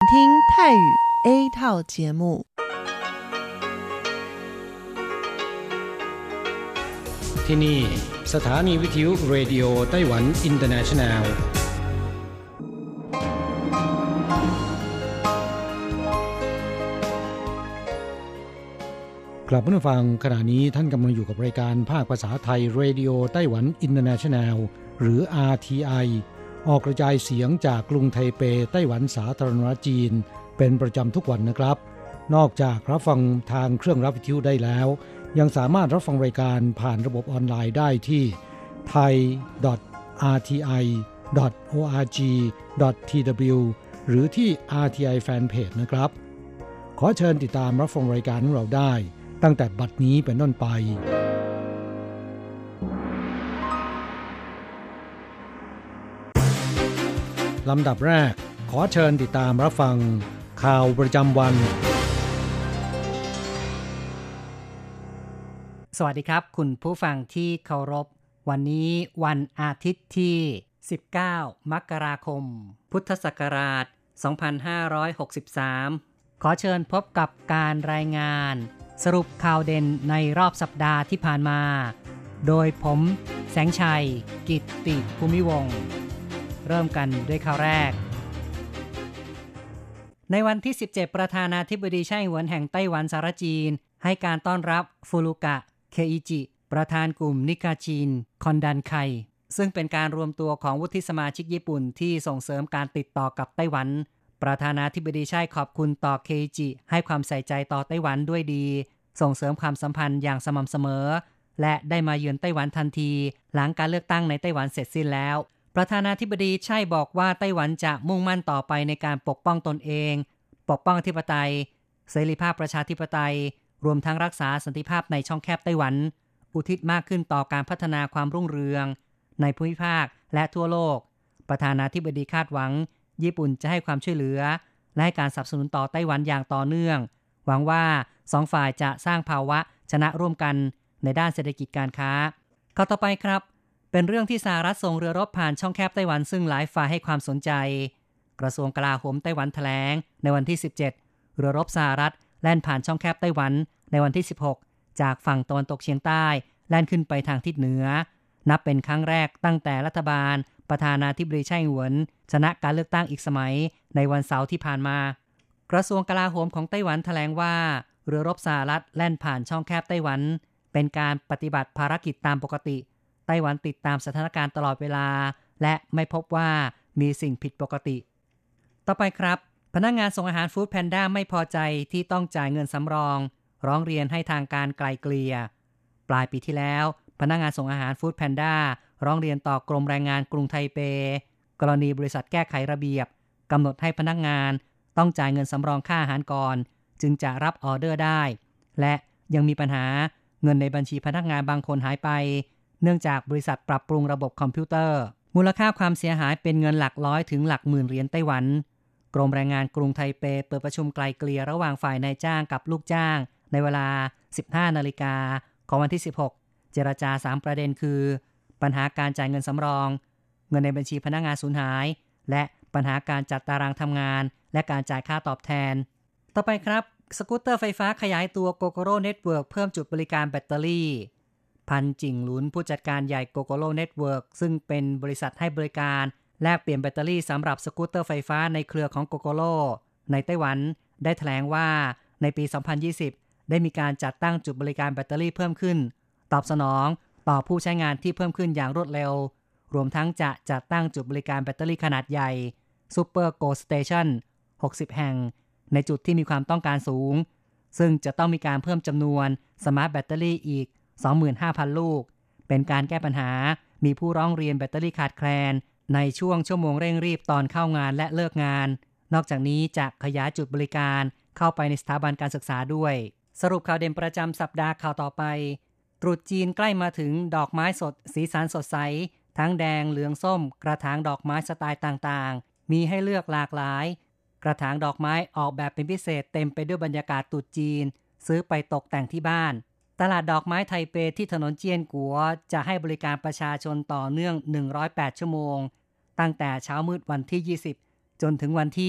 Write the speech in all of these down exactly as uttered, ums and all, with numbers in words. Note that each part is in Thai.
听泰语 A 套节目。 ที่นี่สถานีวิทยุเรดิโอไต้หวันอินเตอร์เนชั่นแนลกลับมาฟังขณะนี้ท่านกำลังอยู่กับรายการภาคภาษาไทยเรดิโอไต้หวันอินเตอร์เนชั่นแนลหรือ อาร์ ที ไอ ออกกระจายเสียงจากกรุงไทเปไต้หวันสาธารณรัฐจีนเป็นประจำทุกวันนะครับนอกจากรับฟังทางเครื่องรับวิทยุได้แล้วยังสามารถรับฟังรายการผ่านระบบออนไลน์ได้ที่ ไทย ดอท อาร์ ที ไอ ดอท โอ อาร์ จี ดอท ที ดับเบิลยู หรือที่ อาร์ ที ไอ Fanpage นะครับขอเชิญติดตามรับฟังรายการของเราได้ตั้งแต่บัดนี้เป็นต้นไปลำดับแรกขอเชิญติดตามรับฟังข่าวประจำวันสวัสดีครับคุณผู้ฟังที่เคารพวันนี้วันอาทิตย์ที่สิบเก้ามกราคมพุทธศักราชสองพันห้าร้อยหกสิบสามขอเชิญพบกับการรายงานสรุปข่าวเด่นในรอบสัปดาห์ที่ผ่านมาโดยผมแสงชัยกิตติภูมิวงศ์เริ่มกันด้วยข่าวแรกในวันที่สิบเจ็ดประธานาธิบดีไช่อิงเหวินแห่งไต้หวันสาธารณรัฐจีนให้การต้อนรับฟูรุกะเคอิจิประธานกลุ่มนิกาจินคอนดันไคซึ่งเป็นการรวมตัวของวุฒิสมาชิกญี่ปุ่นที่ส่งเสริมการติดต่อกับไต้หวันประธานาธิบดีไช่ขอบคุณต่อเคอิจิให้ความใส่ใจต่อไต้หวันด้วยดีส่งเสริมความสัมพันธ์อย่างสม่ำเสมอและได้มาเยือนไต้หวันทันทีหลังการเลือกตั้งในไต้หวันเสร็จสิ้นแล้วประธานาธิบดีไช่บอกว่าไต้หวันจะมุ่งมั่นต่อไปในการปกป้องตนเองปกป้องอธิปไตยเสรีภาพประชาธิปไตยรวมทั้งรักษาสันติภาพในช่องแคบไต้หวันอุทิศมากขึ้นต่อการพัฒนาความรุ่งเรืองในภูมิภาคและทั่วโลกประธานาธิบดีคาดหวังญี่ปุ่นจะให้ความช่วยเหลือและให้การสนับสนุนต่อไต้หวันอย่างต่อเนื่องหวังว่าสองฝ่ายจะสร้างภาวะชนะร่วมกันในด้านเศรษฐกิจการค้าข้อต่อไปครับเป็นเรื่องที่สหรัฐส่งเรือรบผ่านช่องแคบไต้หวันซึ่งหลายฝ่ายให้ความสนใจกระทรวงกลาโหมไต้หวันแถลงในวันที่สิบเจ็ดเรือรบสหรัฐแล่นผ่านช่องแคบไต้หวันในวันที่สิบหกจากฝั่งตะวันตกเฉียงใต้แล่นขึ้นไปทางทิศเหนือนับเป็นครั้งแรกตั้งแต่รัฐบาลประธานาธิบดีไช่อิงเหวินชนะการเลือกตั้งอีกสมัยในวันเสาร์ที่ผ่านมากระทรวงกลาโหมของไต้หวันแถลงว่าเรือรบสหรัฐแล่นผ่านช่องแคบไต้หวันเป็นการปฏิบัติภารกิจตามปกติไต้หวันติดตามสถานการณ์ตลอดเวลาและไม่พบว่ามีสิ่งผิดปกติต่อไปครับพนักงานส่งอาหารฟู้ดแพนด้าไม่พอใจที่ต้องจ่ายเงินสำรองร้องเรียนให้ทางการไกลเกลี่ยปลายปีที่แล้วพนักงานส่งอาหารฟู้ดแพนด้าร้องเรียนต่อกรมแรงงานกรุงไทเปกรณีบริษัทแก้ไขระเบียบกำหนดให้พนักงานต้องจ่ายเงินสำรองค่าอาหารก่อนจึงจะรับออเดอร์ได้และยังมีปัญหาเงินในบัญชีพนักงานบางคนหายไปเนื่องจากบริษัทปรับปรุงระบบคอมพิวเตอร์มูลค่าความเสียหายเป็นเงินหลักร้อยถึงหลักหมื่นเหรียญไต้หวันกรมแรงงานกรุงไทเปเปิดประชุมไกลเกลี่ยระหว่างฝ่ายนายจ้างกับลูกจ้างในเวลา สิบห้านาฬิกาของวันที่สิบหกเจรจาสามประเด็นคือปัญหาการจ่ายเงินสำรองเงินในบัญชีพนักงานสูญหายและปัญหาการจัดตารางทำงานและการจ่ายค่าตอบแทนต่อไปครับสกูตเตอร์ไฟฟ้าขยายตัว Gogoro Network เพิ่มจุดบริการแบตเตอรี่พันจิ่งหลุนผู้จัดการใหญ่ Gogoro Network ซึ่งเป็นบริษัทให้บริการแลกเปลี่ยนแบตเตอรี่สำหรับสกูตเตอร์ไฟฟ้าในเครือของ Gogoro ในไต้หวันได้แถลงว่าในปี สองพันยี่สิบ ได้มีการจัดตั้งจุดบริการแบตเตอรี่เพิ่มขึ้นตอบสนองต่อผู้ใช้งานที่เพิ่มขึ้นอย่างรวดเร็วรวมทั้งจะจัดตั้งจุดบริการแบตเตอรี่ขนาดใหญ่ Super Go Station หกสิบแห่งในจุดที่มีความต้องการสูงซึ่งจะต้องมีการเพิ่มจำนวนสมาร์ทแบตเตอรี่อีก สองหมื่นห้าพัน ลูกเป็นการแก้ปัญหามีผู้ร้องเรียนแบตเตอรี่ขาดแคลนในช่วงชั่วโมงเร่งรีบตอนเข้างานและเลิกงานนอกจากนี้จะขยายจุดบริการเข้าไปในสถาบันการศึกษาด้วยสรุปข่าวเด่นประจำสัปดาห์ข่าวต่อไปตรุษจีนใกล้มาถึงดอกไม้สดสีสันสดใสทั้งแดงเหลืองส้มกระถางดอกไม้สไตล์ต่างๆมีให้เลือกหลากหลายกระถางดอกไม้ออกแบบเป็นพิเศษเต็มไปด้วยบรรยากาศตรุษจีนซื้อไปตกแต่งที่บ้านตลาดดอกไม้ไทเปที่ถนนเจียนกัวจะให้บริการประชาชนต่อเนื่องหนึ่งร้อยแปดชั่วโมงตั้งแต่เช้ามืดวันที่ยี่สิบจนถึงวันที่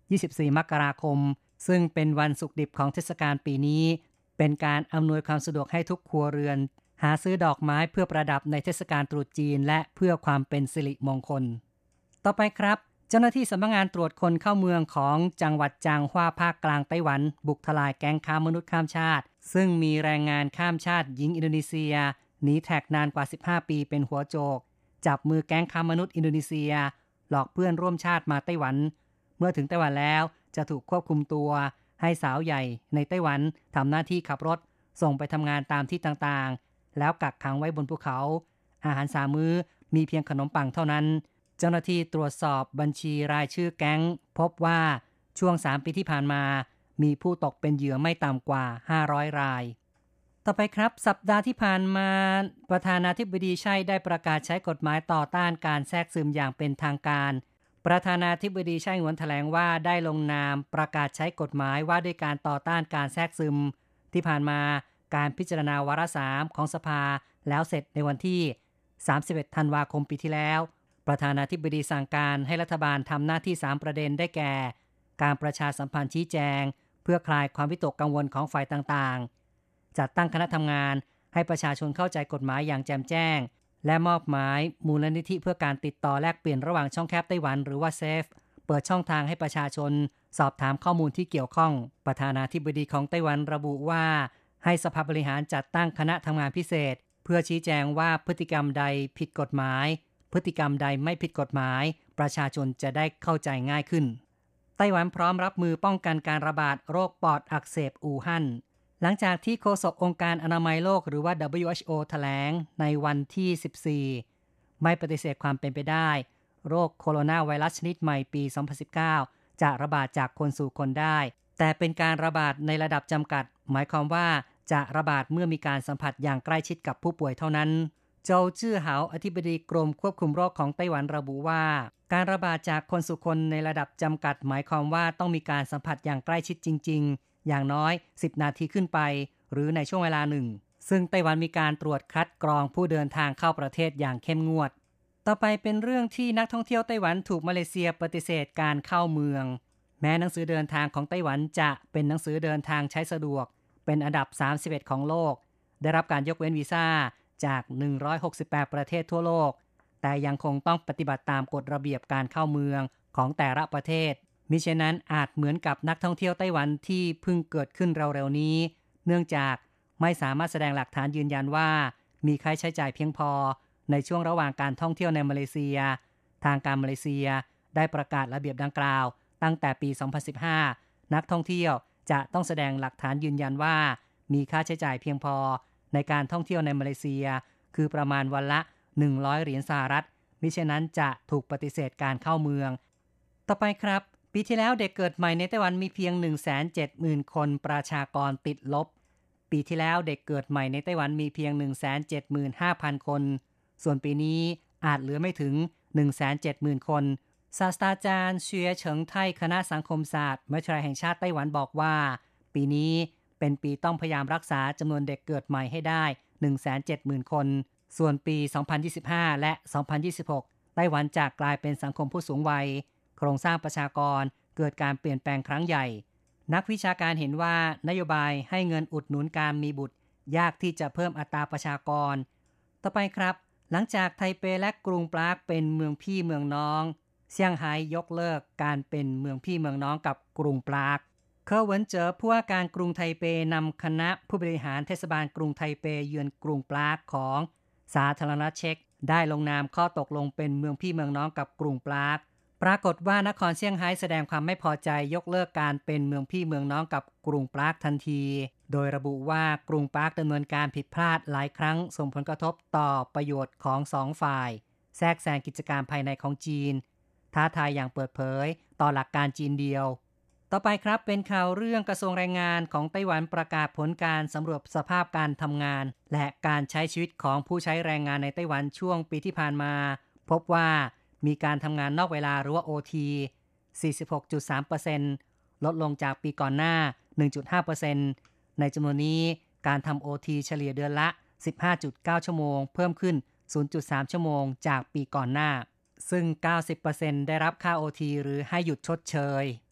ยี่สิบสี่มกราคมซึ่งเป็นวันศุกร์ดิบของเทศกาลปีนี้เป็นการอำนวยความสะดวกให้ทุกครัวเรือนหาซื้อดอกไม้เพื่อประดับในเทศกาลตรุษจีนและเพื่อความเป็นสิริมงคลต่อไปครับเจ้าหน้าที่สำนักงานตรวจคนเข้าเมืองของจังหวัดจางฮวาภาคกลางไต้หวันบุกทลายแก๊งค้ามนุษย์ข้ามชาติซึ่งมีแรงงานข้ามชาติหญิงอินโดนีเซียหนีแท็กนานกว่าสิบห้าปีเป็นหัวโจกจับมือแก๊งค้ามนุษย์อินโดนีเซียหลอกเพื่อนร่วมชาติมาไต้หวันเมื่อถึงไต้หวันแล้วจะถูกควบคุมตัวให้สาวใหญ่ในไต้หวันทำหน้าที่ขับรถส่งไปทำงานตามที่ต่างๆแล้วกักขังไว้บนภูเขาอาหารสามมื้อมีเพียงขนมปังเท่านั้นเจ้าหน้าที่ตรวจสอบบัญชีรายชื่อแก๊งพบว่าช่วงสามปีที่ผ่านมามีผู้ตกเป็นเหยื่อไม่ต่ำกว่าห้าร้อยรายต่อไปครับสัปดาห์ที่ผ่านมาประธานาธิบดีไช่ได้ประกาศใช้กฎหมายต่อต้านการแทรกซึมอย่างเป็นทางการประธานาธิบดีไช่หงวนแถลงว่าได้ลงนามประกาศใช้กฎหมายว่าด้วยการต่อต้านการแทรกซึมที่ผ่านมาการพิจารณาวาระสามของสภาแล้วเสร็จในวันที่สามสิบเอ็ดธันวาคมปีที่แล้วประธานาธิบดีสั่งการให้รัฐบาลทำหน้าที่สามประเด็นได้แก่การประชาสัมพันธ์ชี้แจงเพื่อคลายความวิตกกังวลของฝ่ายต่างๆจัดตั้งคณะทำงานให้ประชาชนเข้าใจกฎหมายอย่างแจ่มแจ้งและมอบหมายมูลนิธิเพื่อการติดต่อแลกเปลี่ยนระหว่างช่องแคบไต้หวันหรือว่าเซฟเปิดช่องทางให้ประชาชนสอบถามข้อมูลที่เกี่ยวข้องประธานาธิบดีของไต้หวันระบุว่าให้สภาบริหารจัดตั้งคณะทำงานพิเศษเพื่อชี้แจงว่าพฤติกรรมใดผิดกฎหมายพฤติกรรมใดไม่ผิดกฎหมายประชาชนจะได้เข้าใจง่ายขึ้นไต้หวันพร้อมรับมือป้องกันการระบาดโรคปอดอักเสบอู่ฮั่นหลังจากที่โฆษกองค์การอนามัยโลกหรือว่า ดับเบิลยู เอช โอ แถลงในวันที่สิบสี่ไม่ปฏิเสธความเป็นไปได้โรคโคโรนาไวรัสชนิดใหม่ปีสองพันสิบเก้าจะระบาดจากคนสู่คนได้แต่เป็นการระบาดในระดับจำกัดหมายความว่าจะระบาดเมื่อมีการสัมผัสอย่างใกล้ชิดกับผู้ป่วยเท่านั้นโจวจื้อเหาอธิบดีกรมควบคุมโรคของไต้หวันระบุว่าการระบาดจากคนสู่คนในระดับจำกัดหมายความว่าต้องมีการสัมผัสอย่างใกล้ชิดจริงๆอย่างน้อยสิบนาทีขึ้นไปหรือในช่วงเวลาหนึ่งซึ่งไต้หวันมีการตรวจคัดกรองผู้เดินทางเข้าประเทศอย่างเข้มงวดต่อไปเป็นเรื่องที่นักท่องเที่ยวไต้หวันถูกมาเลเซียปฏิเสธการเข้าเมืองแม้หนังสือเดินทางของไต้หวันจะเป็นหนังสือเดินทางใช้สะดวกเป็นอันดับสามสิบเอ็ดของโลกได้รับการยกเว้นวีซ่าจากหนึ่งร้อยหกสิบแปดประเทศทั่วโลกแต่ยังคงต้องปฏิบัติตามกฎระเบียบการเข้าเมืองของแต่ละประเทศมิฉะนั้นอาจเหมือนกับนักท่องเที่ยวไต้หวันที่เพิ่งเกิดขึ้นเร็วๆนี้เนื่องจากไม่สามารถแสดงหลักฐานยืนยันว่ามีค่าใช้จ่ายเพียงพอในช่วงระหว่างการท่องเที่ยวในมาเลเซียทางการมาเลเซียได้ประกาศระเบียบดังกล่าวตั้งแต่ปีสองพันสิบห้านักท่องเที่ยวจะต้องแสดงหลักฐานยืนยันว่ามีค่าใช้จ่ายเพียงพอในการท่องเที่ยวในมาเลเซียคือประมาณวันละหนึ่งร้อยเหรียญสหรัฐมิฉะนั้นจะถูกปฏิเสธการเข้าเมืองต่อไปครับปีที่แล้วเด็กเกิดใหม่ในไต้หวันมีเพียง หนึ่งแสนเจ็ดหมื่น คนประชากรติดลบปีที่แล้วเด็กเกิดใหม่ในไต้หวันมีเพียง หนึ่งแสนเจ็ดหมื่นห้าพัน คนส่วนปีนี้อาจเหลือไม่ถึง หนึ่งแสนเจ็ดหมื่น คนศาสตราจารย์เฉียเฉิงไทคณะสังคมศาสตร์มหาวิทยาลัยแห่งชาติไต้หวันบอกว่าปีนี้เป็นปีต้องพยายามรักษาจำนวนเด็กเกิดใหม่ให้ได้ หนึ่งแสนเจ็ดหมื่น คนส่วนปีสองพันยี่สิบห้าและสองพันยี่สิบหกไต้หวันจะกลายเป็นสังคมผู้สูงวัยโครงสร้างประชากรเกิดการเปลี่ยนแปลงครั้งใหญ่นักวิชาการเห็นว่านโยบายให้เงินอุดหนุนการมีบุตรยากที่จะเพิ่มอัตราประชากรต่อไปครับหลังจากไทเปและกรุงปรากเป็นเมืองพี่เมืองน้องเซี่ยงไฮ้ยกเลิกการเป็นเมืองพี่เมืองน้องกับกรุงปรากเคอร์เวินเจอผู้ว่าการกรุงไทเปนำคณะผู้บริหารเทศบาลกรุงไทเปเยือนกรุงปรากของสาธารณรัฐเช็กได้ลงนามข้อตกลงเป็นเมืองพี่เมืองน้องกับกรุงปรากปรากฏว่านครเซี่ยงไฮ้แสดงความไม่พอใจยกเลิกการเป็นเมืองพี่เมืองน้องกับกรุงปรากทันทีโดยระบุว่ากรุงปรากดำเนินการผิดพลาดหลายครั้งส่งผลกระทบต่อประโยชน์ของสองฝ่ายแทรกแซงกิจการภายในของจีนท้าทายอย่างเปิดเผยต่อหลักการจีนเดียวต่อไปครับเป็นข่าวเรื่องกระทรวงแรงงานของไต้หวันประกาศผลการสำรวจสภาพการทำงานและการใช้ชีวิตของผู้ใช้แรงงานในไต้หวันช่วงปีที่ผ่านมาพบว่ามีการทำงานนอกเวลาหรือว่า โอ ที สี่สิบหกจุดสามเปอร์เซ็นต์ ลดลงจากปีก่อนหน้า หนึ่งจุดห้าเปอร์เซ็นต์ ในจำนวนนี้การทำ โอ ที เฉลี่ยเดือนละ สิบห้าจุดเก้า ชั่วโมงเพิ่มขึ้น ศูนย์จุดสาม ชั่วโมงจากปีก่อนหน้าซึ่ง เก้าสิบเปอร์เซ็นต์ ได้รับค่า โอ ที หรือให้หยุดชดเชย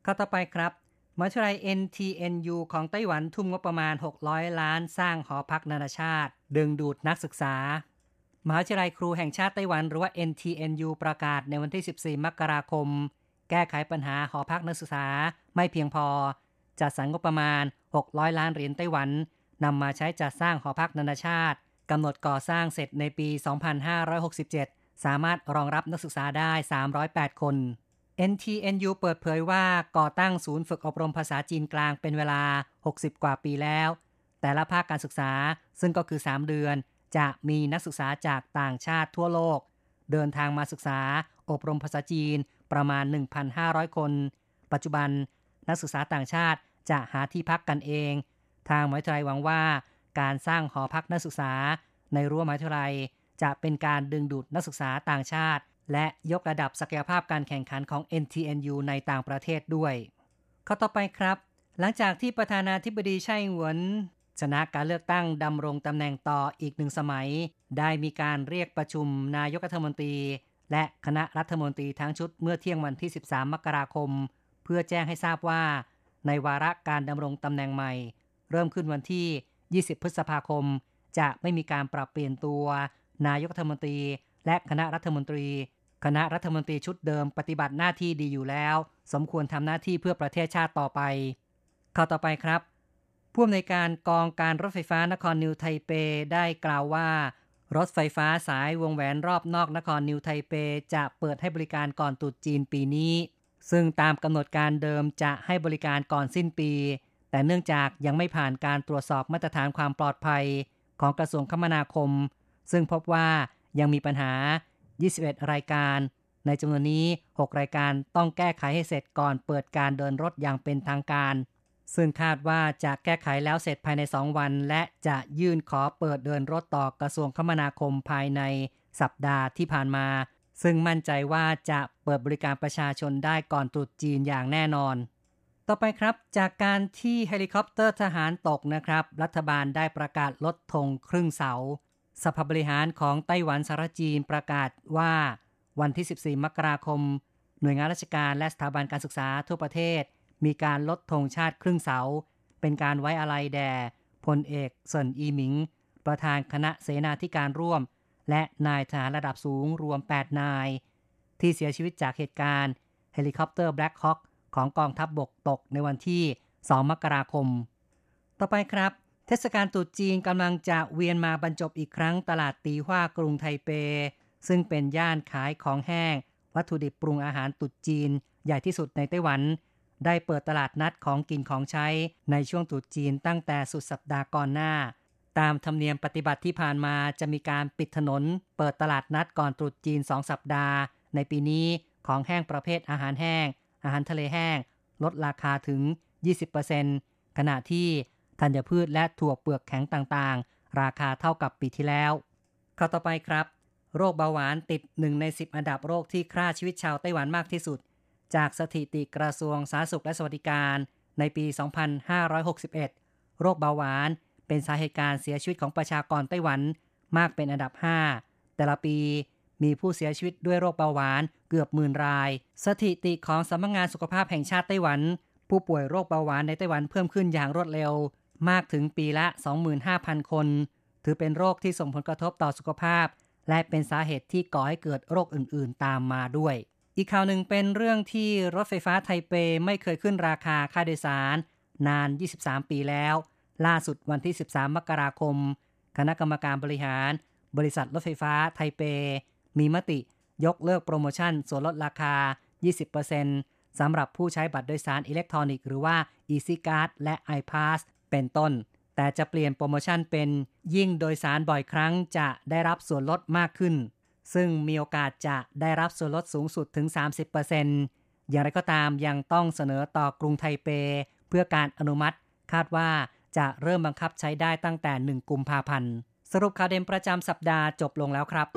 ข้อต่อไปครับมหาวิทยาลัย เอ็น ที เอ็น ยู ของไต้หวันทุ่มงบประมาณหกร้อยล้านสร้างหอพักนานาชาติดึงดูดนักศึกษามหาวิทยาลัยครูแห่งชาติไต้หวันหรือว่า เอ็น ที เอ็น ยู ประกาศในวันที่สิบสี่มกราคมแก้ไขปัญหาหอพักนักศึกษาไม่เพียงพอจัดสรรงบประมาณหกร้อยล้านเหรียญไต้หวันนำมาใช้จัดสร้างหอพักนานาชาติกำหนดก่อสร้างเสร็จในปีสองพันห้าร้อยหกสิบเจ็ดสามารถรองรับนักศึกษาได้สามร้อยแปดคน เอ็น ที เอ็น ยู เปิดเผยว่าก่อตั้งศูนย์ฝึกอบรมภาษาจีนกลางเป็นเวลาหกสิบกว่าปีแล้วแต่ละภาคการศึกษาซึ่งก็คือสามเดือนจะมีนักศึกษาจากต่างชาติทั่วโลกเดินทางมาศึกษาอบรมภาษาจีนประมาณ หนึ่งพันห้าร้อยคนปัจจุบันนักศึกษาต่างชาติจะหาที่พักกันเองทางมหาวิทยาลัยหวังว่าการสร้างหอพักนักศึกษาในรั้วมหาวิทยาลัยจะเป็นการดึงดูดนักศึกษาต่างชาติและยกระดับศักยภาพการแข่งขันของ เอ็น ที เอ็น ยู ในต่างประเทศด้วยข้อต่อไปครับหลังจากที่ประธานาธิบดีไช่หวนชนะการเลือกตั้งดำรงตำแหน่งต่ออีกหนึ่งสมัยได้มีการเรียกประชุมนายกรัฐมนตรีและคณะรัฐมนตรีทั้งชุดเมื่อเที่ยงวันที่สิบสามมกราคมเพื่อแจ้งให้ทราบว่าในวาระการดำรงตำแหน่งใหม่เริ่มขึ้นวันที่ยี่สิบพฤษภาคมจะไม่มีการปรับเปลี่ยนตัวนายกรัฐมนตรีและคณะรัฐมนตรีคณะรัฐมนตรีชุดเดิมปฏิบัติหน้าที่ดีอยู่แล้วสมควรทำหน้าที่เพื่อประเทศชาติต่อไปข้อต่อไปครับผู้อำนวยการกองการรถไฟฟ้านครนิวไทเปได้กล่าวว่ารถไฟฟ้าสายวงแหวนรอบนอกนครนิวไทเปจะเปิดให้บริการก่อนตรุษจีนปีนี้ซึ่งตามกำหนดการเดิมจะให้บริการก่อนสิ้นปีแต่เนื่องจากยังไม่ผ่านการตรวจสอบมาตรฐานความปลอดภัยของกระทรวงคมนาคมซึ่งพบว่ายังมีปัญหายี่สิบเอ็ดรายการในจำนวนนี้หกรายการต้องแก้ไขให้เสร็จก่อนเปิดการเดินรถอย่างเป็นทางการซึ่งคาดว่าจะแก้ไขแล้วเสร็จภายในสองวันและจะยื่นขอเปิดเดินรถต่อกระทรวงคมนาคมภายในสัปดาห์ที่ผ่านมาซึ่งมั่นใจว่าจะเปิดบริการประชาชนได้ก่อนตรุษจีนอย่างแน่นอนต่อไปครับจากการที่เฮลิคอปเตอร์ทหารตกนะครับรัฐบาลได้ประกาศลดธงครึ่งเสาสภาบริหารของไต้หวันสาธารณจีนประกาศว่าวันที่สิบสี่มกราคมหน่วยงานราชการและสถาบันการศึกษาทั่วประเทศมีการลดธงชาติครึ่งเสาเป็นการไว้อาลัยแด่พลเอกเซินอีหมิงประธานคณะเสนาธิการร่วมและนายทหารระดับสูงรวมแปดนายที่เสียชีวิตจากเหตุการณ์เฮลิคอปเตอร์ Black Hawk ของกองทัพบกตกในวันที่สองมกราคมต่อไปครับเทศกาลตรุษจีนกำลังจะเวียนมาบรรจบอีกครั้งตลาดตีฮวากรุงไทเปซึ่งเป็นย่านขายของแห้งวัตถุดิบปรุงอาหารตรุษจีนใหญ่ที่สุดในไต้หวันได้เปิดตลาดนัดของกินของใช้ในช่วงตรุษจีนตั้งแต่สุดสัปดาห์ก่อนหน้าตามธรรมเนียมปฏิบัติที่ผ่านมาจะมีการปิดถนนเปิดตลาดนัดก่อนตรุษจีนสองสัปดาห์ในปีนี้ของแห้งประเภทอาหารแห้งอาหารทะเลแห้งลดราคาถึง ยี่สิบเปอร์เซ็นต์ ขณะที่ธัญพืชและถั่วเปลือกแข็งต่างๆราคาเท่ากับปีที่แล้วข้อต่อไปครับโรคเบาหวานติดหนึ่งในสิบอันดับโรคที่ฆ่าชีวิตชาวไต้หวันมากที่สุดจากสถิติกระทรวงสาธารณสุขและสวัสดิการในปีสองพันห้าร้อยหกสิบเอ็ดโรคเบาหวานเป็นสาเหตุการเสียชีวิตของประชากรไต้หวันมากเป็นอันดับห้าแต่ละปีมีผู้เสียชีวิตด้วยโรคเบาหวานเกือบหมื่นรายสถิติของสำนักงานสุขภาพแห่งชาติไต้หวันผู้ป่วยโรคเบาหวานในไต้หวันเพิ่มขึ้นอย่างรวดเร็วมากถึงปีละ สองหมื่นห้าพัน คนถือเป็นโรคที่ส่งผลกระทบต่อสุขภาพและเป็นสาเหตุที่ก่อให้เกิดโรคอื่นๆตามมาด้วยอีกข่าวหนึ่งเป็นเรื่องที่รถไฟฟ้าไทเปไม่เคยขึ้นราคาค่าโดยสารนานยี่สิบสามปีแล้วล่าสุดวันที่สิบสามมกราคมคณะกรรมการบริหารบริษัทรถไฟฟ้าไทเปมีมติยกเลิกโปรโมชั่นส่วนลดราคา ยี่สิบเปอร์เซ็นต์ สำหรับผู้ใช้บัตรโดยสารอิเล็กทรอนิกส์หรือว่า Easy Card และ iPass เป็นต้นแต่จะเปลี่ยนโปรโมชั่นเป็นยิ่งโดยสารบ่อยครั้งจะได้รับส่วนลดมากขึ้นซึ่งมีโอกาสจะได้รับส่วนลดสูงสุดถึง สามสิบเปอร์เซ็นต์ อย่างไรก็ตามยังต้องเสนอต่อกรุงไทเปเพื่อการอนุมัติคาดว่าจะเริ่มบังคับใช้ได้ตั้งแต่หนึ่งกุมภาพันธ์สรุปข่าวเด่นประจำสัปดาห์จบลงแล้วครับ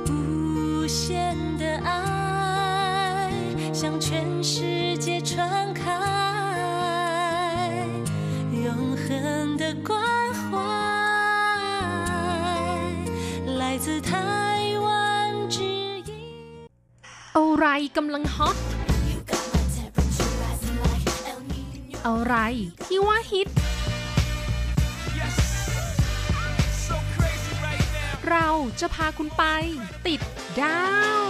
向全世界传开永恒的关怀来自台湾之音อะไรกำลังฮอตอะไรที่ว่าฮิต เราจะพาคุณไปติดดาว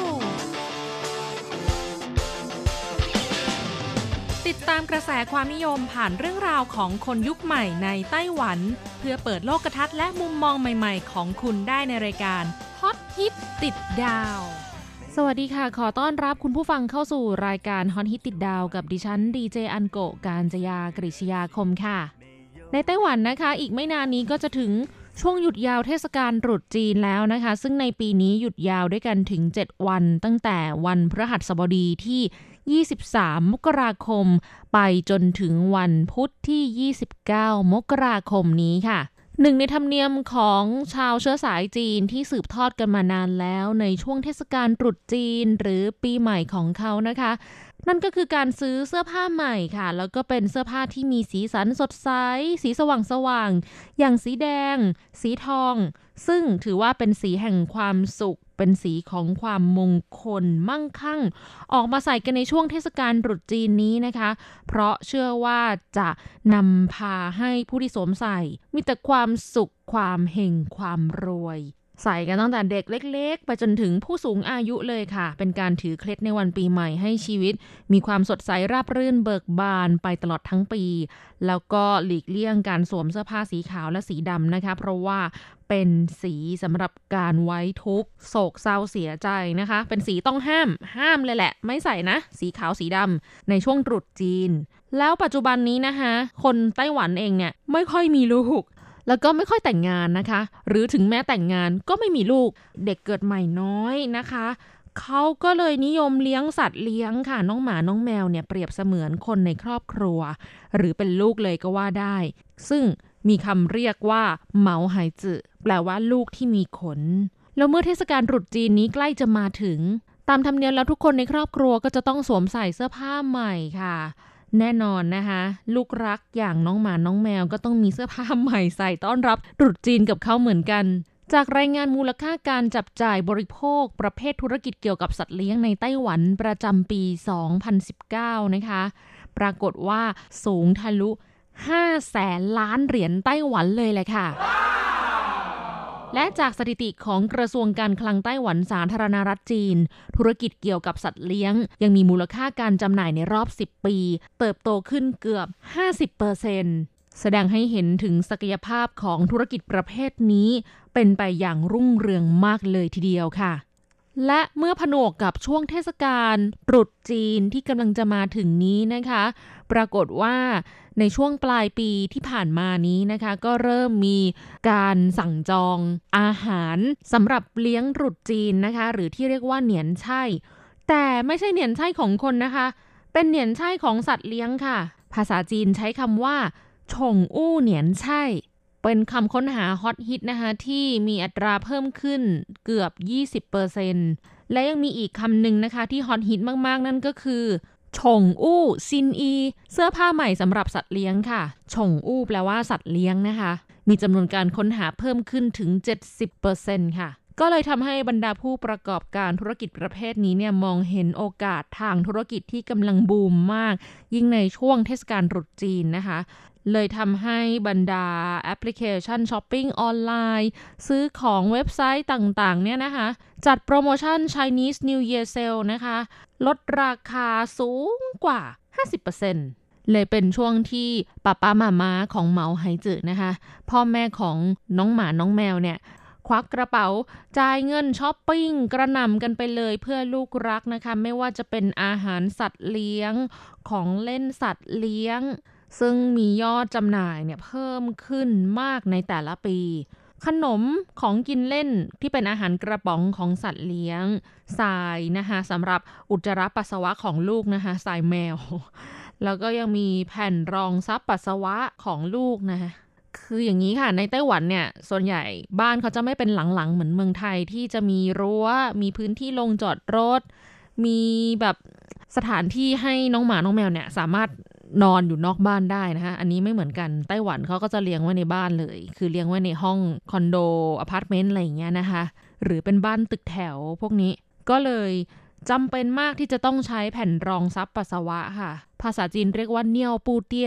ติดตามกระแสความนิยมผ่านเรื่องราวของคนยุคใหม่ในไต้หวันเพื่อเปิดโลกทัศน์และมุมมองใหม่ๆของคุณได้ในรายการฮอตฮิตติดดาวสวัสดีค่ะขอต้อนรับคุณผู้ฟังเข้าสู่รายการฮอตฮิตติดดาวกับดิฉันดีเจอันโกะกาญจยากฤษยาคมค่ะในไต้หวันนะคะอีกไม่นานนี้ก็จะถึงช่วงหยุดยาวเทศกาลตรุษจีนแล้วนะคะซึ่งในปีนี้หยุดยาวด้วยกันถึงเจ็ดวันตั้งแต่วันพฤหัสบดีที่ยี่สิบสามมกราคมไปจนถึงวันพุธที่ยี่สิบเก้ามกราคมนี้ค่ะหนึ่งในธรรมเนียมของชาวเชื้อสายจีนที่สืบทอดกันมานานแล้วในช่วงเทศกาลตรุษจีนหรือปีใหม่ของเขานะคะนั่นก็คือการซื้อเสื้อผ้าใหม่ค่ะแล้วก็เป็นเสื้อผ้าที่มีสีสันสดใสสีสว่างๆอย่างสีแดงสีทองซึ่งถือว่าเป็นสีแห่งความสุขเป็นสีของความมงคลมั่งคั่งออกมาใส่กันในช่วงเทศกาลตรุษจีนนี้นะคะเพราะเชื่อว่าจะนำพาให้ผู้ที่สวมใส่มีแต่ความสุขความเฮงความรวยใส่กันตั้งแต่เด็กเล็กๆไปจนถึงผู้สูงอายุเลยค่ะเป็นการถือเคล็ดในวันปีใหม่ให้ชีวิตมีความสดใสราบรื่นเบิกบานไปตลอดทั้งปีแล้วก็หลีกเลี่ยงการสวมเสื้อผ้าสีขาวและสีดำนะคะเพราะว่าเป็นสีสำหรับการไว้ทุกข์โศกเศร้าเสียใจนะคะเป็นสีต้องห้ามห้ามเลยแหละไม่ใส่นะสีขาวสีดำในช่วงตรุษจีนแล้วปัจจุบันนี้นะคะคนไต้หวันเองเนี่ยไม่ค่อยมีลูกแล้วก็ไม่ค่อยแต่งงานนะคะหรือถึงแม้แต่งงานก็ไม่มีลูกเด็กเกิดใหม่น้อยนะคะเขาก็เลยนิยมเลี้ยงสัตว์เลี้ยงค่ะน้องหมาน้องแมวเนี่ยเปรียบเสมือนคนในครอบครัวหรือเป็นลูกเลยก็ว่าได้ซึ่งมีคำเรียกว่าเหมาไหจื่อแปลว่าลูกที่มีขนแล้วเมื่อเทศกาลตรุษจีนนี้ใกล้จะมาถึงตามธรรมเนียมแล้วทุกคนในครอบครัวก็จะต้องสวมใส่เสื้อผ้าใหม่ค่ะแน่นอนนะคะลูกรักอย่างน้องหมาน้องแมวก็ต้องมีเสื้อผ้าใหม่ใส่ต้อนรับตรุษจีนกับเขาเหมือนกันจากรายงานมูลค่าการจับจ่ายบริโภคประเภทธุรกิจเกี่ยวกับสัตว์เลี้ยงในไต้หวันประจำปีสองพันสิบเก้านะคะปรากฏว่าสูงทะลุห้าแสนล้านเหรียญไต้หวันเลยแหละค่ะ และจากสถิติของกระทรวงการคลังไต้หวันสาธารณรัฐจีนธุรกิจเกี่ยวกับสัตว์เลี้ยงยังมีมูลค่าการจำหน่ายในรอบสิบปีเติบโตขึ้นเกือบ ห้าสิบเปอร์เซ็นต์ แสดงให้เห็นถึงศักยภาพของธุรกิจประเภทนี้เป็นไปอย่างรุ่งเรืองมากเลยทีเดียวค่ะและเมื่อผนวกกับช่วงเทศกาลตรุษจีนที่กำลังจะมาถึงนี้นะคะปรากฏว่าในช่วงปลายปีที่ผ่านมานี้นะคะก็เริ่มมีการสั่งจองอาหารสำหรับเลี้ยงตรุษจีนนะคะหรือที่เรียกว่าเหนียนไช่แต่ไม่ใช่เหนียนไช่ของคนนะคะเป็นเหนียนไช่ของสัตว์เลี้ยงค่ะภาษาจีนใช้คำว่าฉงอู้เหนียนไช่เป็นคำค้นหาฮอตฮิตนะคะที่มีอัตราเพิ่มขึ้นเกือบ ยี่สิบเปอร์เซ็นต์ และยังมีอีกคำหนึ่งนะคะที่ฮอตฮิตมากๆนั่นก็คือฉงอู้ซินอีเสื้อผ้าใหม่สำหรับสัตว์เลี้ยงค่ะฉงอู้แปลว่าสัตว์เลี้ยงนะคะมีจำนวนการค้นหาเพิ่มขึ้นถึง เจ็ดสิบเปอร์เซ็นต์ ค่ะก็เลยทำให้บรรดาผู้ประกอบการธุรกิจประเภทนี้เนี่ยมองเห็นโอกาสทางธุรกิจที่กำลังบูมมากยิ่งในช่วงเทศกาลตรุษจีนนะคะเลยทำให้บรรดาแอปพลิเคชันช้อปปิ้งออนไลน์ซื้อของเว็บไซต์ต่างๆเนี่ยนะคะจัดโปรโมชั่น Chinese New Year Sale นะคะลดราคาสูงกว่า ห้าสิบเปอร์เซ็นต์ เลยเป็นช่วงที่ป้าป้าม่าม่าของเหมาไหจื่อนะคะพ่อแม่ของน้องหมาน้องแมวเนี่ยควักกระเป๋าจ่ายเงินช้อปปิ้งกระหน่ำกันไปเลยเพื่อลูกรักนะคะไม่ว่าจะเป็นอาหารสัตว์เลี้ยงของเล่นสัตว์เลี้ยงซึ่งมียอดจำหน่ายเนี่ยเพิ่มขึ้นมากในแต่ละปีขนมของกินเล่นที่เป็นอาหารกระป๋องของสัตว์เลี้ยงทรายนะคะสำหรับอุจจาระปัสสาวะของลูกนะคะทรายแมวแล้วก็ยังมีแผ่นรองซับปัสสาวะของลูกนะคะคืออย่างนี้ค่ะในไต้หวันเนี่ยส่วนใหญ่บ้านเขาจะไม่เป็นหลังๆเหมือนเมืองไทยที่จะมีรั้วมีพื้นที่ลงจอดรถมีแบบสถานที่ให้น้องหมาน้องแมวเนี่ยสามารถนอนอยู่นอกบ้านได้นะคะอันนี้ไม่เหมือนกันไต้หวันเขาก็จะเลี้ยงไว้ในบ้านเลยคือเลี้ยงไว้ในห้องคอนโดอพาร์ตเมนต์อะไรอย่างเงี้ยนะคะหรือเป็นบ้านตึกแถวพวกนี้ก็เลยจำเป็นมากที่จะต้องใช้แผ่นรองซับปัสสาวะค่ะภาษาจีนเรียกว่าเนียวปูเตี้ยน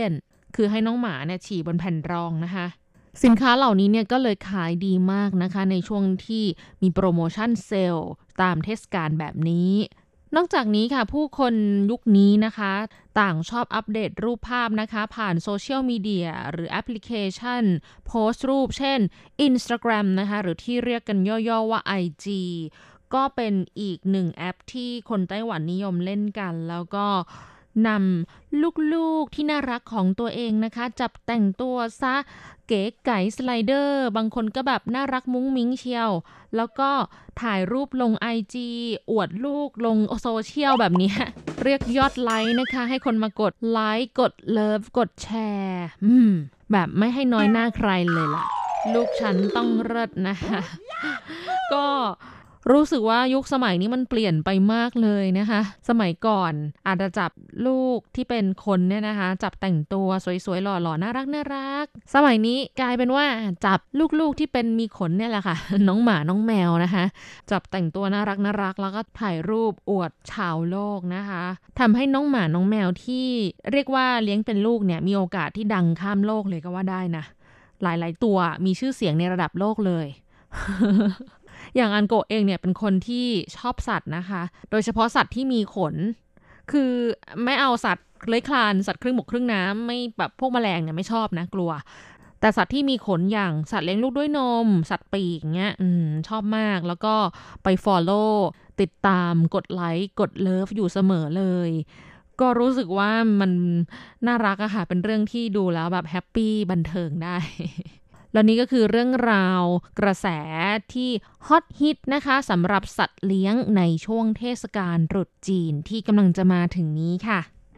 คือให้น้องหมาเนี่ยฉี่บนแผ่นรองนะคะสินค้าเหล่านี้เนี่ยก็เลยขายดีมากนะคะในช่วงที่มีโปรโมชั่นเซลล์ตามเทศกาลแบบนี้นอกจากนี้ค่ะผู้คนยุคนี้นะคะต่างชอบอัปเดตรูปภาพนะคะผ่านโซเชียลมีเดียหรือแอปพลิเคชันโพสต์รูปเช่น Instagram นะคะหรือที่เรียกกันย่อๆว่า ไอ จี ก็เป็นอีกหนึ่งแอปที่คนไต้หวันนิยมเล่นกันแล้วก็นำลูกๆที่น่ารักของตัวเองนะคะจับแต่งตัวซะเก๋ไก๋สไลเดอร์บางคนก็แบบน่ารักมุ้งมิ้งเชียวแล้วก็ถ่ายรูปลง ไอ จี อวดลูกลงโซเชียลแบบนี้เรียกยอดไลค์นะคะให้คนมากดไลค์กดเลิฟกดแชร์อืมแบบไม่ให้น้อยหน้าใครเลยล่ะลูกฉันต้องเลิศนะคะก็รู้สึกว่ายุคสมัยนี้มันเปลี่ยนไปมากเลยนะคะสมัยก่อนอาจจะจับลูกที่เป็นคนเนี่ยนะคะจับแต่งตัวสวยๆหล่อๆน่ารักน่ารักสมัยนี้กลายเป็นว่าจับลูกๆที่เป็นมีขนเนี่ยแหละค่ะ น้องหมาน้องแมวนะคะจับแต่งตัวน่ารักน่ารักแล้วก็ถ่ายรูปอวดชาวโลกนะคะทำให้น้องหมาน้องแมวที่เรียกว่าเลี้ยงเป็นลูกเนี่ยมีโอกาสที่ดังข้ามโลกเลยก็ว่าได้นะหลายๆตัวมีชื่อเสียงในระดับโลกเลย อย่างอันโกะเองเนี่ยเป็นคนที่ชอบสัตว์นะคะโดยเฉพาะสัตว์ที่มีขนคือไม่เอาสัตว์เลื้อยคลานสัตว์ครึ่งบกครึ่งน้ำไม่แบบพวกแมลงเนี่ยไม่ชอบนะกลัวแต่สัตว์ที่มีขนอย่างสัตว์เลี้ยงลูกด้วยนมสัตว์ปีกเงี้ยอืมชอบมากแล้วก็ไป follow ติดตามกดไลค์กดเลิฟอยู่เสมอเลยก็รู้สึกว่ามันน่ารักอะค่ะเป็นเรื่องที่ดูแล้วแบบแฮปปี้บันเทิงได้แล้วนี้ก็คือเรื่องราวกระแสที่ฮอตฮิตนะคะสำหรับสัตว์เลี้ยงในช่วงเทศกาลตรุษจีนที่กำลังจะมาถึงนี้ค่ะ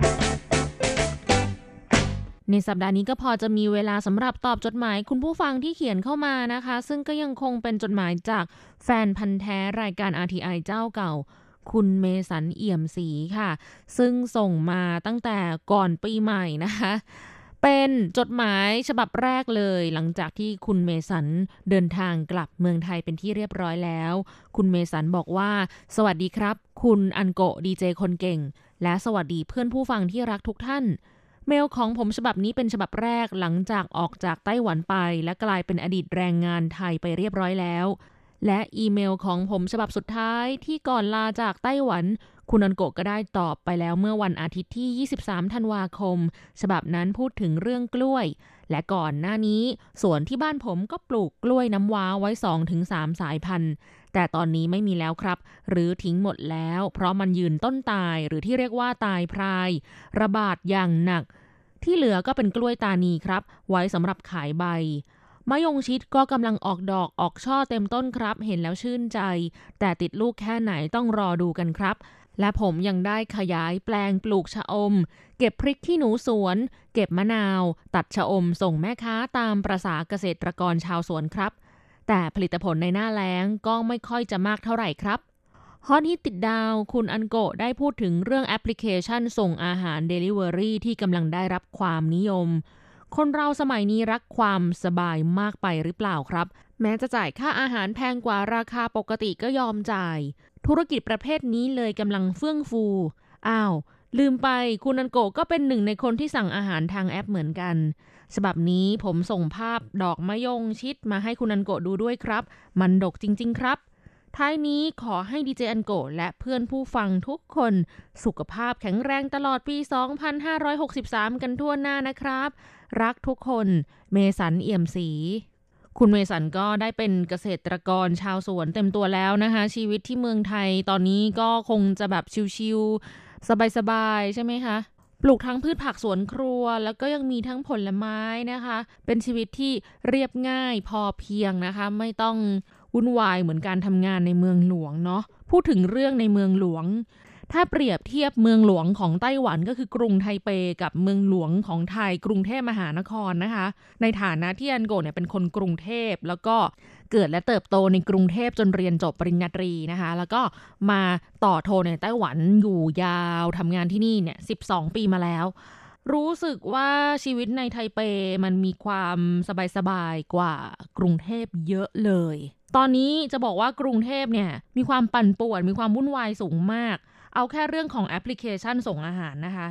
ในสัปดาห์นี้ก็พอจะมีเวลาสำหรับตอบจดหมายคุณผู้ฟังที่เขียนเข้ามานะคะซึ่งก็ยังคงเป็นจดหมายจากแฟนพันธุ์แท้รายการ อาร์ ที ไอ เจ้าเก่าคุณเมสันเอี่ยมศรีค่ะซึ่งส่งมาตั้งแต่ก่อนปีใหม่นะคะเป็นจดหมายฉบับแรกเลยหลังจากที่คุณเมสันเดินทางกลับเมืองไทยเป็นที่เรียบร้อยแล้วคุณเมสันบอกว่าสวัสดีครับคุณอันโกะดีเจคนเก่งและสวัสดีเพื่อนผู้ฟังที่รักทุกท่านเมลของผมฉบับนี้เป็นฉบับแรกหลังจากออกจากไต้หวันไปและกลายเป็นอดีตแรงงานไทยไปเรียบร้อยแล้วและอีเมลของผมฉบับสุดท้ายที่ก่อนลาจากไต้หวันคุณอันโกะก็ได้ตอบไปแล้วเมื่อวันอาทิตย์ที่ยี่สิบสามธันวาคมฉบับนั้นพูดถึงเรื่องกล้วยและก่อนหน้านี้สวนที่บ้านผมก็ปลูกกล้วยน้ำว้าไว้ สองถึงสาม สายพันธุ์แต่ตอนนี้ไม่มีแล้วครับหรือทิ้งหมดแล้วเพราะมันยืนต้นตายหรือที่เรียกว่าตายพรายระบาดอย่างหนักที่เหลือก็เป็นกล้วยตานีครับไว้สำหรับขายใบมะยงชิดก็กำลังออกดอกออกช่อเต็มต้นครับเห็นแล้วชื่นใจแต่ติดลูกแค่ไหนต้องรอดูกันครับและผมยังได้ขยายแปลงปลูกชะอมเก็บพริกขี้หนูสวนเก็บมะนาวตัดชะอมส่งแม่ค้าตามประสาเกษตรกรชาวสวนครับแต่ผลิตผลในหน้าแล้งก็ไม่ค่อยจะมากเท่าไหร่ครับฮอตฮิตติดดาวคุณอันโกะได้พูดถึงเรื่องแอปพลิเคชันส่งอาหาร Delivery ที่กำลังได้รับความนิยมคนเราสมัยนี้รักความสบายมากไปหรือเปล่าครับแม้จะจ่ายค่าอาหารแพงกว่าราคาปกติก็ยอมจ่ายธุรกิจประเภทนี้เลยกำลังเฟื่องฟูอ้าวลืมไปคุณอันโกะก็เป็นหนึ่งในคนที่สั่งอาหารทางแอปเหมือนกันฉบับนี้ผมส่งภาพดอกมะยงชิดมาให้คุณอันโกะดูด้วยครับมันดกจริงๆครับท้ายนี้ขอให้ดีเจอันโกะและเพื่อนผู้ฟังทุกคนสุขภาพแข็งแรงตลอดปี สองพันห้าร้อยหกสิบสาม กันทั่วหน้านะครับรักทุกคนเมสันเอี่ยมศรีคุณเมสันก็ได้เป็นเกษตรกรชาวสวนเต็มตัวแล้วนะคะชีวิตที่เมืองไทยตอนนี้ก็คงจะแบบชิลๆสบายๆใช่ไหมคะปลูกทั้งพืชผักสวนครัวแล้วก็ยังมีทั้งผลไม้นะคะเป็นชีวิตที่เรียบง่ายพอเพียงนะคะไม่ต้องวุ่นวายเหมือนการทำงานในเมืองหลวงเนาะพูดถึงเรื่องในเมืองหลวงถ้าเปรียบเทียบเมืองหลวงของไต้หวันก็คือกรุงไทเปกับเมืองหลวงของไทยกรุงเทพมหานครนะคะในฐานะที่อันโกะเนี่ยเป็นคนกรุงเทพแล้วก็เกิดและเติบโตในกรุงเทพจนเรียนจบปริญญาตรีนะคะแล้วก็มาต่อโทในไต้หวันอยู่ยาวทำงานที่นี่เนี่ยสิบสองปีมาแล้วรู้สึกว่าชีวิตในไทเปมันมีความสบายๆกว่ากรุงเทพเยอะเลยตอนนี้จะบอกว่ากรุงเทพเนี่ยมีความปั่นป่วนมีความวุ่นวายสูงมากเอาแค่เรื่องของแอปพลิเคชันส่งอาหารนะคะ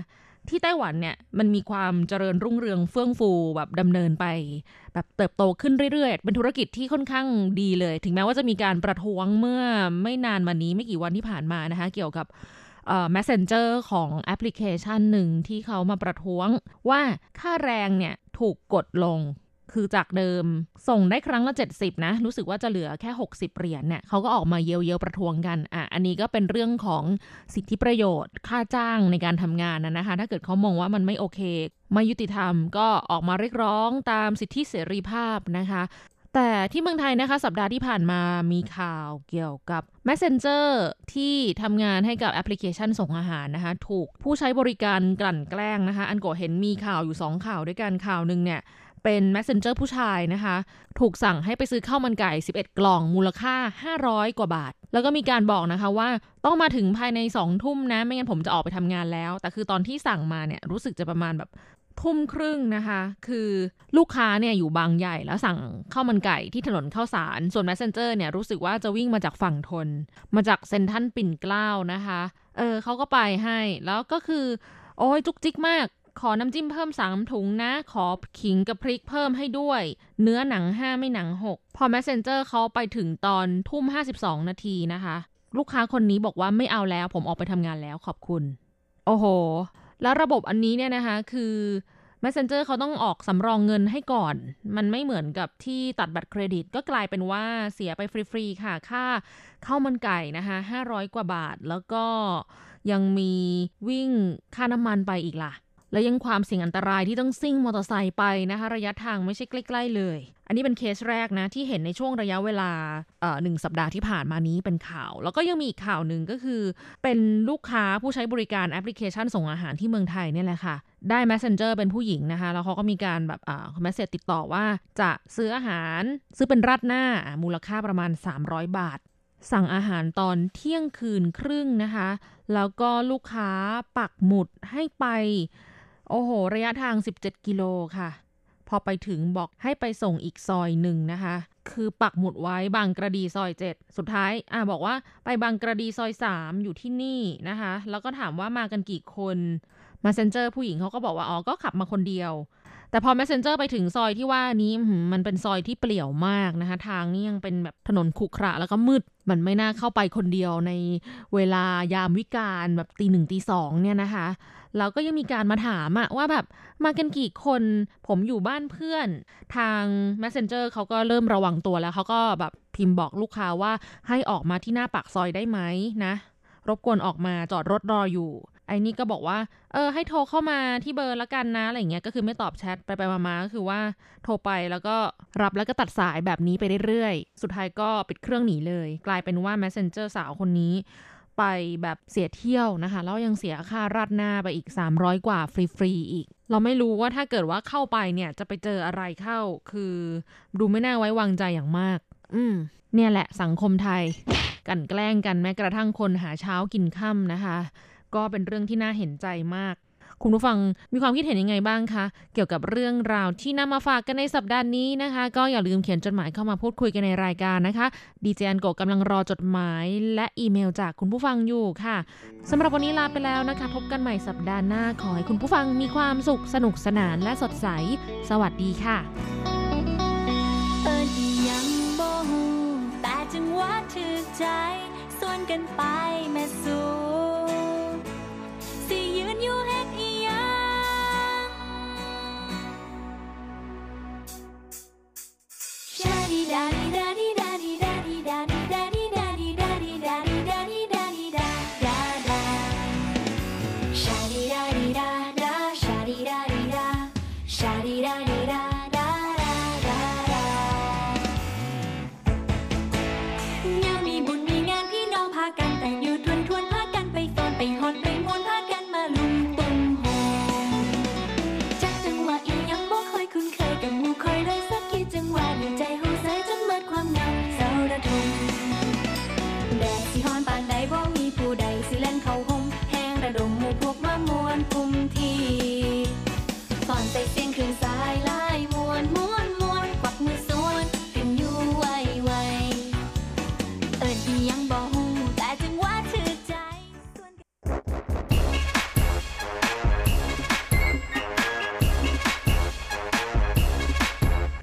ที่ไต้หวันเนี่ยมันมีความเจริญรุ่งเรืองเฟื่องฟูแบบดำเนินไปแบบเติบโตขึ้นเรื่อยๆเป็นธุรกิจที่ค่อนข้างดีเลยถึงแม้ว่าจะมีการประท้วงเมื่อไม่นานมานี้ไม่กี่วันที่ผ่านมานะคะเกี่ยวกับเอ่อ Messenger ของแอปพลิเคชันหนึ่งที่เขามาประท้วงว่าค่าแรงเนี่ยถูกกดลงคือจากเดิมส่งได้ครั้งละเจ็ดสิบนะรู้สึกว่าจะเหลือแค่หกสิบเหรียญเนี่ยเขาก็ออกมาเยียวๆประท้วงกันอ่ะอันนี้ก็เป็นเรื่องของสิทธิประโยชน์ค่าจ้างในการทำงานนะนะคะถ้าเกิดเขามองว่ามันไม่โอเคไม่ยุติธรรมก็ออกมาเรียกร้องตามสิทธิเสรีภาพนะคะแต่ที่เมืองไทยนะคะสัปดาห์ที่ผ่านมามีข่าวเกี่ยวกับ Messenger ที่ทำงานให้กับแอปพลิเคชันส่งอาหารนะคะถูกผู้ใช้บริการกลั่นแกล้งนะคะอันโกเห็นมีข่าวอยู่สองข่าวด้วยกันข่าวนึงเนี่ยเป็น Messenger ผู้ชายนะคะถูกสั่งให้ไปซื้อข้าวมันไก่สิบเอ็ดกล่องมูลค่าห้าร้อยกว่าบาทแล้วก็มีการบอกนะคะว่าต้องมาถึงภายในสองทุ่มนะไม่งั้นผมจะออกไปทำงานแล้วแต่คือตอนที่สั่งมาเนี่ยรู้สึกจะประมาณแบบทุ่มครึ่งนะคะคือลูกค้าเนี่ยอยู่บางใหญ่แล้วสั่งข้าวมันไก่ที่ถนนข้าวสารส่วน Messenger เนี่ยรู้สึกว่าจะวิ่งมาจากฝั่งทนมาจากเซ็นทรัลปิ่นเกล้านะคะเออเขาก็ไปให้แล้วก็คือโอ้ยจุกจิกมากขอน้ำจิ้มเพิ่มสามถุงนะขอขิงกับพริกเพิ่มให้ด้วยเนื้อหนังห้าไม่หนังหกพอ Messenger เขาไปถึงตอนทุ่มห้าสิบสองนาทีนะคะลูกค้าคนนี้บอกว่าไม่เอาแล้วผมออกไปทำงานแล้วขอบคุณโอ้โหแล้วระบบอันนี้เนี่ยนะคะคือ Messenger เขาต้องออกสำรองเงินให้ก่อนมันไม่เหมือนกับที่ตัดบัตรเครดิตก็กลายเป็นว่าเสียไปฟรีๆค่ะค่าข้าวมันไก่นะคะห้าร้อยกว่าบาทแล้วก็ยังมีวิ่งค่าน้ำมันไปอีกล่ะและยังความเสี่ยงอันตรายที่ต้องซิ่งมอเตอร์ไซค์ไปนะคะระยะทางไม่ใช่ใกล้ๆเลยอันนี้เป็นเคสแรกนะที่เห็นในช่วงระยะเวลาเอ่อหนึ่งสัปดาห์ที่ผ่านมานี้เป็นข่าวแล้วก็ยังมีอีกข่าวหนึ่งก็คือเป็นลูกค้าผู้ใช้บริการแอปพลิเคชันส่งอาหารที่เมืองไทยเนี่ยแหละค่ะได้ Messenger เป็นผู้หญิงนะคะแล้วเขาก็มีการแบบอ่าเมสเสจติดต่อว่าจะซื้ออาหารซื้อเป็นราดหน้ามูลค่าประมาณสามร้อยบาทสั่งอาหารตอนเที่ยงคืนครึ่งนะคะแล้วก็ลูกค้าปักหมุดให้ไปโอ้โหระยะทางสิบเจ็ดกิโลค่ะพอไปถึงบอกให้ไปส่งอีกซอยหนึ่งนะคะคือปักหมุดไว้บางกระดีซอยเจ็ดสุดท้ายอ่ะบอกว่าไปบางกระดีซอยสามอยู่ที่นี่นะคะแล้วก็ถามว่ามากันกี่คน Messenger ผู้หญิงเขาก็บอกว่าอ๋อก็ขับมาคนเดียวแต่พอ Messenger ไปถึงซอยที่ว่านี้มันเป็นซอยที่เปลี่ยวมากนะคะทางนี่ยังเป็นแบบถนนขรุขระแล้วก็มืดมันไม่น่าเข้าไปคนเดียวในเวลายามวิกาลแบบตีหนึ่งตีสองเนี่ยนะคะแล้วก็ยังมีการมาถามอะว่าแบบมากันกี่คนผมอยู่บ้านเพื่อนทาง Messenger เขาก็เริ่มระวังตัวแล้วเขาก็แบบพิมพ์บอกลูกค้าว่าให้ออกมาที่หน้าปากซอยได้ไหมนะรบกวนออกมาจอดรถรออยู่ไอ้นี่ก็บอกว่าเออให้โทรเข้ามาที่เบอร์ละกันนะอะไรเงี้ยก็คือไม่ตอบแชทไปไปมาๆก็คือว่าโทรไปแล้วก็รับแล้วก็ตัดสายแบบนี้ไปเรื่อยๆสุดท้ายก็ปิดเครื่องหนีเลยกลายเป็นว่า Messenger สาวคนนี้ไปแบบเสียเที่ยวนะคะแล้วยังเสียค่าราดหน้าไปอีกสามร้อยกว่าฟรีๆอีกเราไม่รู้ว่าถ้าเกิดว่าเข้าไปเนี่ยจะไปเจออะไรเข้าคือดูไม่น่าไว้วางใจอย่างมากอืมเนี่ยแหละสังคมไทยกันแกล้งกันแม้กระทั่งคนหาเช้ากินค่ำนะคะก็เป็นเรื่องที่น่าเห็นใจมากคุณผู้ฟังมีความคิดเห็นยังไงบ้างคะเกี่ยวกับเรื่องราวที่นำมาฝากกันในสัปดาห์นี้นะคะก็อย่าลืมเขียนจดหมายเข้ามาพูดคุยกันในรายการนะคะดีเจอันโกกำลังรอจดหมายและอีเมลจากคุณผู้ฟังอยู่ค่ะสำหรับวันนี้ลาไปแล้วนะคะพบกันใหม่สัปดาห์หน้าขอให้คุณผู้ฟังมีความสุขสนุกสนานและสดใสสวัสดีค่ะเอิ้นอีหยังบ่ฮู้แต่จังหวะถึกใจส่วนกันไปแม่สู่สิยืนอยู่เฮ็ดอีหยังชาดีดาดีดาดีดาดีดาดีดาดีดาดีดาดีดาดีดาดีดาดีดาดีดาดาดาชาดีดาดีดาดาชาดีดาดีดาชาดีดาดีดาดาดาดาดายามมีบุญมีงานพี่น้องพากันแต่งอยู่ทวนทวนพากันไปฟ้อนไปฮอนไปม่วนพากันมาลุมตุ้มโฮจักจังหวะอีหยังบ่ค่อยคุ้นเคยกับหมู่คอยเลยสักกี่จังหวะในใจเฮาใส่จนหมดความเหงาเศร้าระทมแดดสิฮ้อนปานใดบ่มีผู้ใดสิแล่นเข้าห่มแห้งระดมหมู่พวกมาม่วนกุมทีฟ้อนใส่เสียงเครื่องสายลายม่วนม่วนม่วนกวักมือสวนกันอยู่ไวๆเอิ้นอีหยังบ่ฮู้แต่จังหวะถึกใจ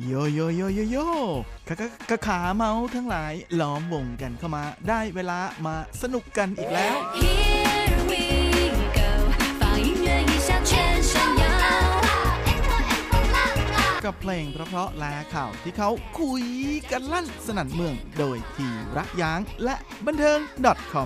โยโยโยโยโยกะกะกะขาเมาทั้งหลายล้อมวงกันเข้ามาได้เวลามาสนุกกันอีกแล้ว Here we go 放音乐一下全身摇กับเพลงเพราะๆและข่าวที่เขาคุยกันลั่นสนั่นเมืองโดยทีรักย้างและบันเทิง .com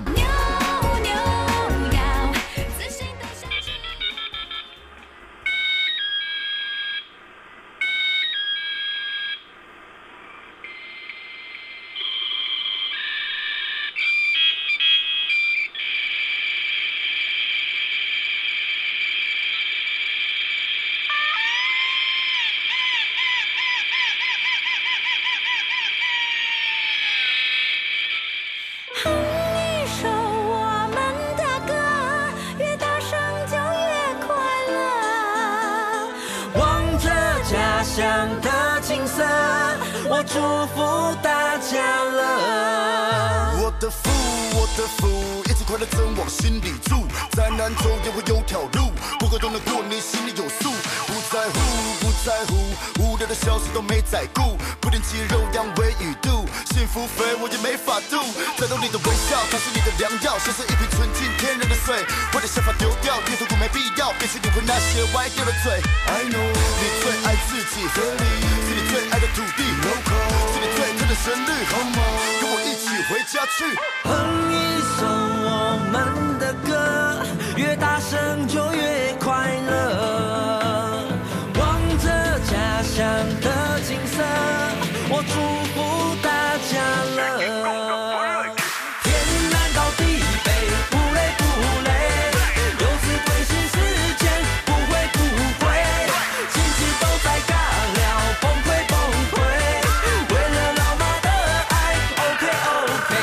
乡的景色，我祝福大家了。 我的福，我的福，一直快乐真往心里住。再难走也会有条路，不过都能过，你心里有数。不在乎，不在乎，无聊的小事都没在顾。不定肌肉养胃与度，幸福肥我也没法度。再懂你的微笑，它是你的良药，像是一瓶纯净天然的水。我的想法丢掉，别痛苦没必要，别去理会那些歪掉的嘴。I know， 你最爱自己，这里是你最爱的土地， local， 是你最爱的旋律， Come on， 跟我一起回家去。 哼一首我们的歌，越大声就越快乐。望着家乡的景色，我祝福大家了。天南到地北，不累不累，游子归心似箭，不会不会，亲戚都在尬聊，崩溃崩溃，为了老妈的爱 OK OK。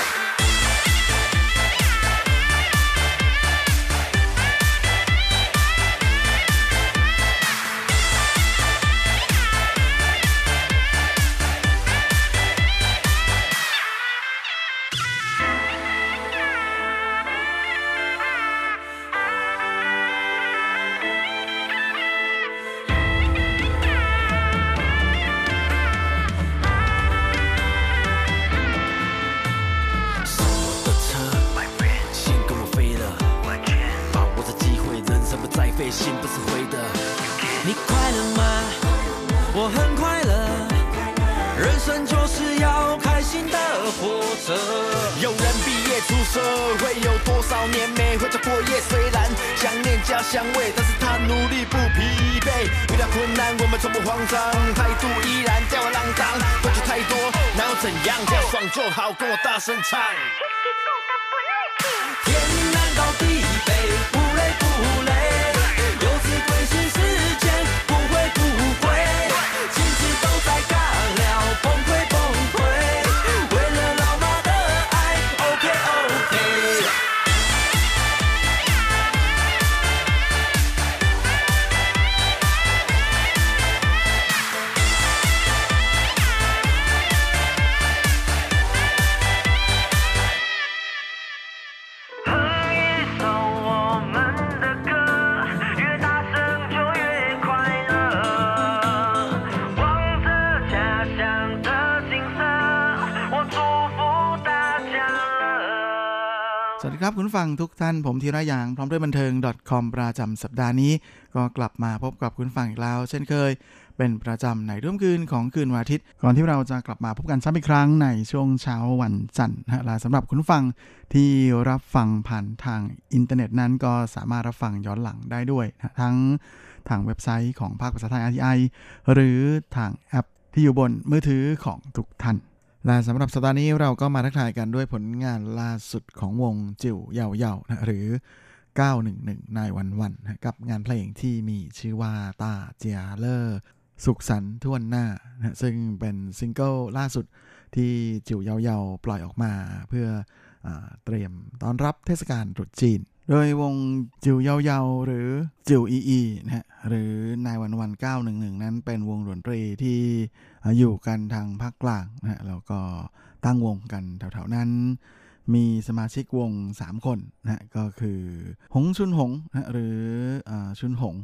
心不是灰的，你快乐吗？我很快乐，人生就是要开心的活着。 有人毕业出社会，有多少年没回家过夜？虽然想念家乡味，但是他努力不疲惫。遇到困难我们从不慌张，态度依然吊儿郎当。过去太多，哪有怎样？只要爽就好，跟我大声唱。 天南到地北，不累不累。归心似箭，不会不会，亲戚都在尬聊，崩溃崩溃，为了老妈的爱 OK OK。 สวัสดีครับคุณฟังทุกท่านผมธีระยางพร้อมด้วยบันเทิง .com ประจำสัปดาห์นี้ก็กลับมาพบกับคุณฟังอีกแล้วเช่นเคยเป็นประจำในรุ่มคืนของคืนวันอาทิตย์ก่อนที่เราจะกลับมาพบกันซ้ำอีกครั้งในช่วงเช้าวันจันทร์นะและสำหรับคุณฟังที่รับฟังผ่านทางอินเทอร์เน็ตนั้นก็สามารถรับฟังย้อนหลังได้ด้วยนะทั้งทางเว็บไซต์ของภาคภาษาไทย อาร์ ที ไอ หรือทางแอปที่อยู่บนมือถือของทุกท่านและสำหรับสัปดาห์นี้เราก็มาทักทายกันด้วยผลงานล่าสุดของวงจิ๋วเย่าเย่านะหรือเก้าหนึ่งหนึ่งนายวันวันนะกับงานเพลงที่มีชื่อว่าตาเจียเลอร์สุขสันต์ทั่วหน้านะซึ่งเป็นซิงเกิลล่าสุดที่จิ๋วเย่าเย่าปล่อยออกมาเพื่ออ่าเตรียมต้อนรับเทศกาลตรุษจีนโดยวงจิ๋วเย่าเย่าหรือจิ๋วอีอีนะฮะหรือนายวันวันเก้าหนึ่งหนึ่งนั้นเป็นวงดนตรีที่อยู่กันทางภาคกลางนะฮะแล้วก็ตั้งวงกันแถวๆนั้นมีสมาชิกวงสามคนนะก็คือหงชุนหงนะหรืออ่าชุนหง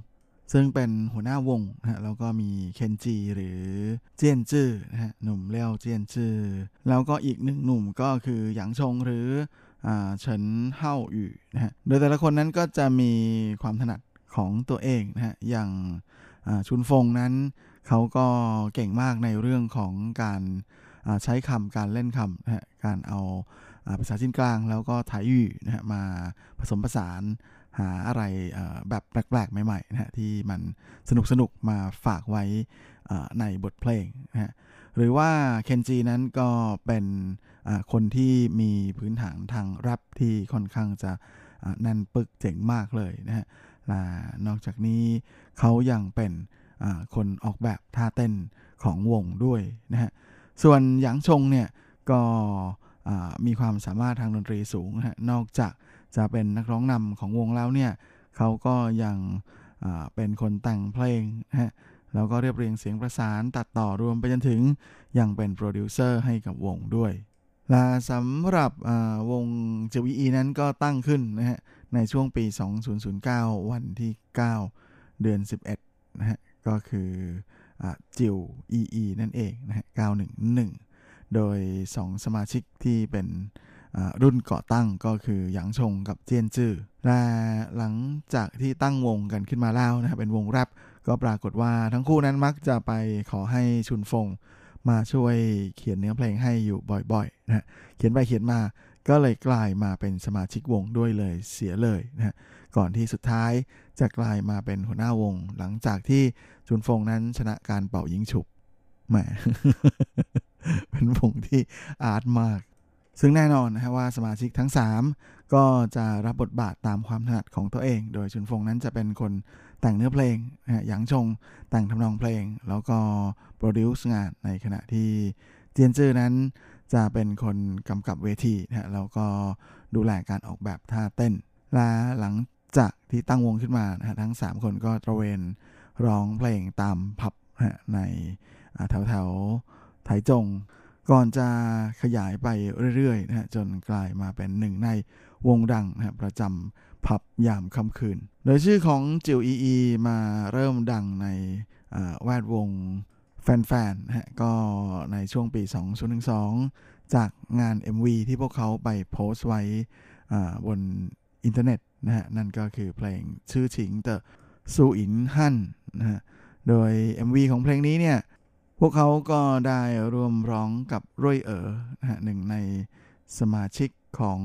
ซึ่งเป็นหัวหน้าวงนะฮะแล้วก็มีเคนจิหรือเจียนจื้อนะฮะหนุ่มเลี้ยวเจียนจื้อแล้วก็อีกหนึ่งหนุ่มก็คือหยางชงหรืออ่าเฉินเฮ่าหยู่นะฮะโดยแต่ละคนนั้นก็จะมีความถนัดของตัวเองนะฮะอย่างอ่าชุนฟงนั้นเขาก็เก่งมากในเรื่องของการใช้คำการเล่นคำนะฮะการเอาภาษาจีนกลางแล้วก็ไทยยู่นะฮะมาผสมผสานหาอะไรแบบแปลกๆใหม่ๆนะฮะที่มันสนุกๆมาฝากไว้ในบทเพลงนะฮะหรือว่าเคนจินั้นก็เป็นคนที่มีพื้นฐานทางแรปที่ค่อนข้างจะแน่นปึกเจ๋งมากเลยนะฮะนอกจากนี้เขายังเป็นคนออกแบบท่าเต้นของวงด้วยนะฮะส่วนหยางชงเนี่ยก็มีความสามารถทางดนตรีสูงนะฮะนอกจากจะเป็นนักร้องนำของวงแล้วเนี่ยเขาก็ยังเป็นคนแต่งเพลงนะฮะแล้วก็เรียบเรียงเสียงประสานตัดต่อรวมไปจนถึงยังเป็นโปรดิวเซอร์ให้กับวงด้วยและสำหรับวง จี วี อี นั้นก็ตั้งขึ้นนะฮะในช่วงปีสองพันเก้าวันที่เก้าเดือนสิบเอ็ดนะฮะก็คือจิว อี อี นั่นเองนะฮะเก้าหนึ่งหนึ่งโดยสองสมาชิกที่เป็นรุ่นก่อตั้งก็คือหยางชงกับเจียนจื้อและหลังจากที่ตั้งวงกันขึ้นมาแล้วนะเป็นวงแรปก็ปรากฏว่าทั้งคู่นั้นมักจะไปขอให้ชุนฟงมาช่วยเขียนเนื้อเพลงให้อยู่บ่อยๆนะฮะเขียนไปเขียนมาก็เลยกลายมาเป็นสมาชิกวงด้วยเลยเสียเลยนะฮะก่อนที่สุดท้ายจะกลายมาเป็นหัวหน้าวงหลังจากที่ชุนฟงนั้นชนะการเป่ายิงฉุบแหม เป็นวงที่อาร์ตมากซึ่งแน่นอนนะฮะว่าสมาชิกทั้งสามก็จะรับบทบาทตามความถนัดของตัวเองโดยชุนฟงนั้นจะเป็นคนแต่งเนื้อเพลงนะฮะหยางชงแต่งทำนองเพลงแล้วก็โปรดิวซ์งานในขณะที่เจียนจื้อนั้นจะเป็นคนกำกับเวทีนะฮะแล้วก็ดูแลการออกแบบท่าเต้นและหลังจากที่ตั้งวงขึ้นมานะฮะทั้งสามคนก็ตระเวนร้องเพลงตามผับนะฮะในแถวๆไถจงก่อนจะขยายไปเรื่อยๆนะฮะจนกลายมาเป็นหนึ่งในวงดังนะฮะประจำผับยามค่ำคืนโดยชื่อของจิว อี อี มาเริ่มดังในแวดวงแฟนๆนะฮะก็ในช่วงปีสองพันสิบสองจากงาน เอ็ม วี ที่พวกเขาไปโพสต์ไว้บนอินเทอร์เน็ตนะฮะนั่นก็คือเพลงชื่อฉิงเตอซูอินฮั่นนะฮะโดย เอ็ม วี ของเพลงนี้เนี่ยพวกเขาก็ได้ร่วมร้องกับรุ่ยเอ๋อนะฮะหนึ่งในสมาชิกของ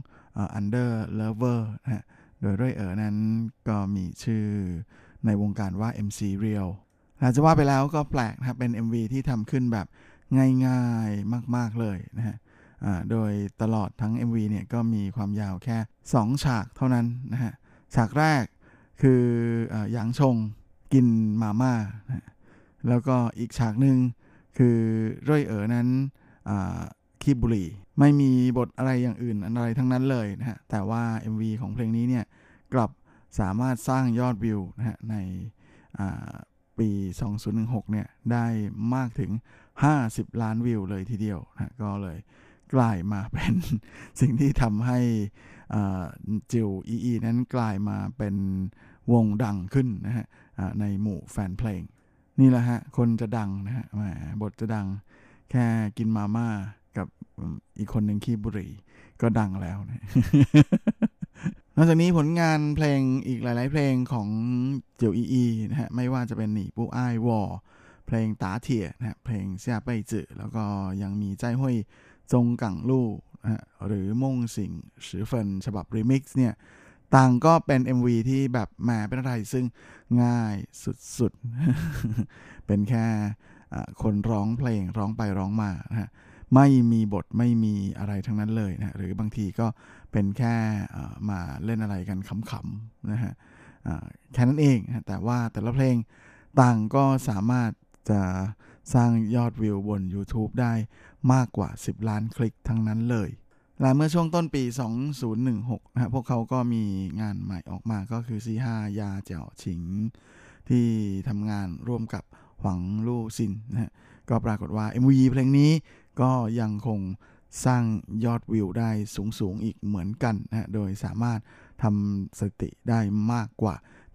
Under Lover นะฮะโดยรุ่ยเอ๋อนั้นก็มีชื่อในวงการว่า เอ็ม ซี Real อาจจะว่าไปแล้วก็แปลกนะครับเป็น เอ็ม วี ที่ทำขึ้นแบบง่ายๆมากๆเลยนะฮะโดยตลอดทั้ง เอ็ม วี เนี่ยก็มีความยาวแค่สองฉากเท่านั้นนะฮะฉากแรกคือหยางชงกินมาม่านะแล้วก็อีกฉากหนึ่งคือรุ่ยเอ๋อนั้นคีบบุหรี่ไม่มีบทอะไรอย่างอื่นอะไรทั้งนั้นเลยนะฮะแต่ว่า เอ็ม วี ของเพลงนี้เนี่ยกลับสามารถสร้างยอดวิวนะฮะในปีสองพันสิบหกเนี่ยได้มากถึงห้าสิบล้านวิวเลยทีเดียวนะก็เลยกลายมาเป็นสิ่งที่ทำให้จิว อี อี นั้นกลายมาเป็นวงดังขึ้นนะฮะในหมู่แฟนเพลงนี่แหละฮะคนจะดังนะฮะแหมบทจะดังแค่กินมาม่ากับอีกคนหนึ่งขี้บุหรี่ก็ดังแล้วนะ นอกจากนี้ผลงานเพลงอีกหลายๆเพลงของเจียวอีอีนะฮะไม่ว่าจะเป็นหนี่ปู้อ้ายวอเพลงตาเถี่ยนะฮะเพลงเสี่ยไปจื่อแล้วก็ยังมีใจห้วยจงกังลู่นะฮะหรือม่งสิงสือเฟินฉบับรีมิกซ์เนี่ยต่างก็เป็น เอ็ม วี ที่แบบแหมเป็นอะไรซึ่งง่ายสุดๆ เป็นแค่คนร้องเพลงร้องไปร้องมานะฮะไม่มีบทไม่มีอะไรทั้งนั้นเลยนะหรือบางทีก็เป็นแค่มาเล่นอะไรกันขำๆนะฮะแค่นั้นเองนะแต่ว่าแต่ละเพลงต่างก็สามารถจะสร้างยอดวิวบน YouTube ได้มากกว่าสิบล้านคลิกทั้งนั้นเลยและเมื่อช่วงต้นปีสองพันสิบหกนะฮะพวกเขาก็มีงานใหม่ออกมาก็คือซีห้ายาเจ๋อฉิงที่ทำงานร่วมกับหวังลู่ซินนะฮะก็ปรากฏว่า เอ็ม วี เพลงนี้ก็ยังคงสร้างยอดวิวได้สูงๆอีกเหมือนกันนะฮะโดยสามารถทำสถิติได้มากกว่า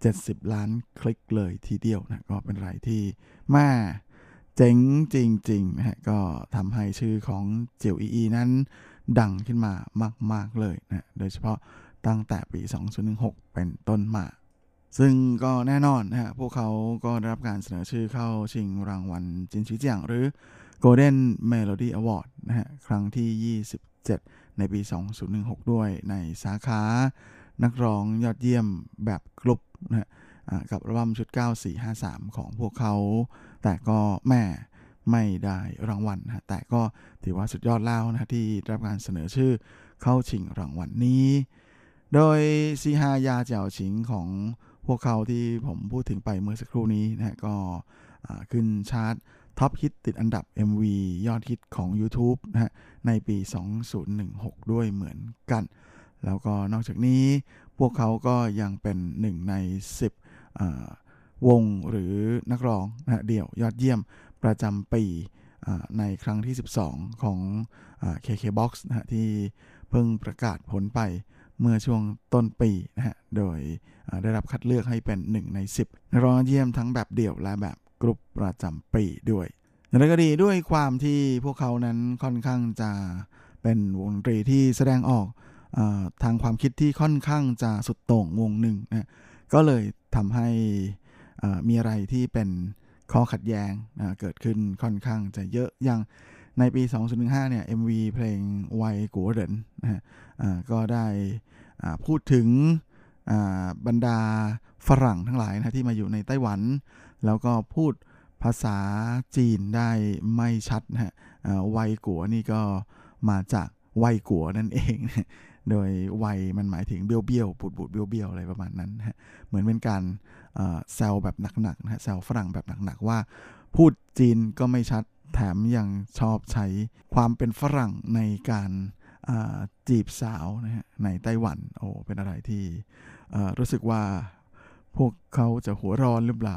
เจ็ดสิบล้านคลิกเลยทีเดียวนะก็เป็นอะไรที่แม่เจ๋งจริงๆนะฮะก็ทำให้ชื่อของจิ๋วอีอีนั้นดังขึ้นมามากๆเลยนะโดยเฉพาะตั้งแต่ปีสองพันสิบหกเป็นต้นมาซึ่งก็แน่นอนนะฮะพวกเขาก็ได้รับการเสนอชื่อเข้าชิงรางวัลจินชิเจียงหรือ Golden Melody Award นะฮะครั้งที่ยี่สิบเจ็ดในปีสองพันสิบหกด้วยในสาขานักร้องยอดเยี่ยมแบบกลุ่มนะฮะกับอัลบั้มชุดเก้าสี่ห้าสามของพวกเขาแต่ก็แม่ไม่ได้รางวัลนะแต่ก็ถือว่าสุดยอดแล้วนะที่ได้รับการเสนอชื่อเข้าชิงรางวัล น, นี้โดยซีฮายาเจียวฉิงของพวกเขาที่ผมพูดถึงไปเมื่อสักครู่นี้นะก็ขึ้นชาร์ตท็อปฮิตติดอันดับ เอ็ม วี ยอดฮิตของ YouTube นะฮะในปีสองพันสิบหกด้วยเหมือนกันแล้วก็นอกจากนี้พวกเขาก็ยังเป็นหนึ่งในสิบวงหรือนักร้องนะเดี่ยวยอดเยี่ยมประจำปีในครั้งที่สิบสองของ เค เค Box นะฮะที่เพิ่งประกาศผลไปเมื่อช่วงต้นปีนะฮะโดยได้รับคัดเลือกให้เป็นหนึ่งในสิบนักร้องเยี่ยมทั้งแบบเดี่ยวและแบบกรุ๊ปประจำปีด้วยอย่างไรก็ดีด้วยความที่พวกเขานั้นค่อนข้างจะเป็นวงดนตรีที่แสดงออกทางความคิดที่ค่อนข้างจะสุดโต่งวงหนึ่งนะก็เลยทำให้มีอะไรที่เป็นข้อขัดแย้งเกิดขึ้นค่อนข้างจะเยอะอย่างในปีสองพันสิบห้าเนี่ย เอ็ม วี เพลงไวกัวเหรินนะฮะก็ได้พูดถึงบรรดาฝรั่งทั้งหลายนะที่มาอยู่ในไต้หวันแล้วก็พูดภาษาจีนได้ไม่ชัดนะฮะไวกัวนี่ก็มาจากไวกัวนั่นเองโดยไวมันหมายถึงเบี้ยวเบี้ยวปูดปูดเบี้ยวเบี้ยวอะไรประมาณนั้นฮะเหมือนเป็นการแซวแบบหนักๆนะฮะแซวฝรั่งแบบหนักๆว่าพูดจีนก็ไม่ชัดแถมยังชอบใช้ความเป็นฝรั่งในการจีบสาวนะฮะในไต้หวันโอ้เป็นอะไรที่รู้สึกว่าพวกเขาจะหัวร้อนหรือเปล่า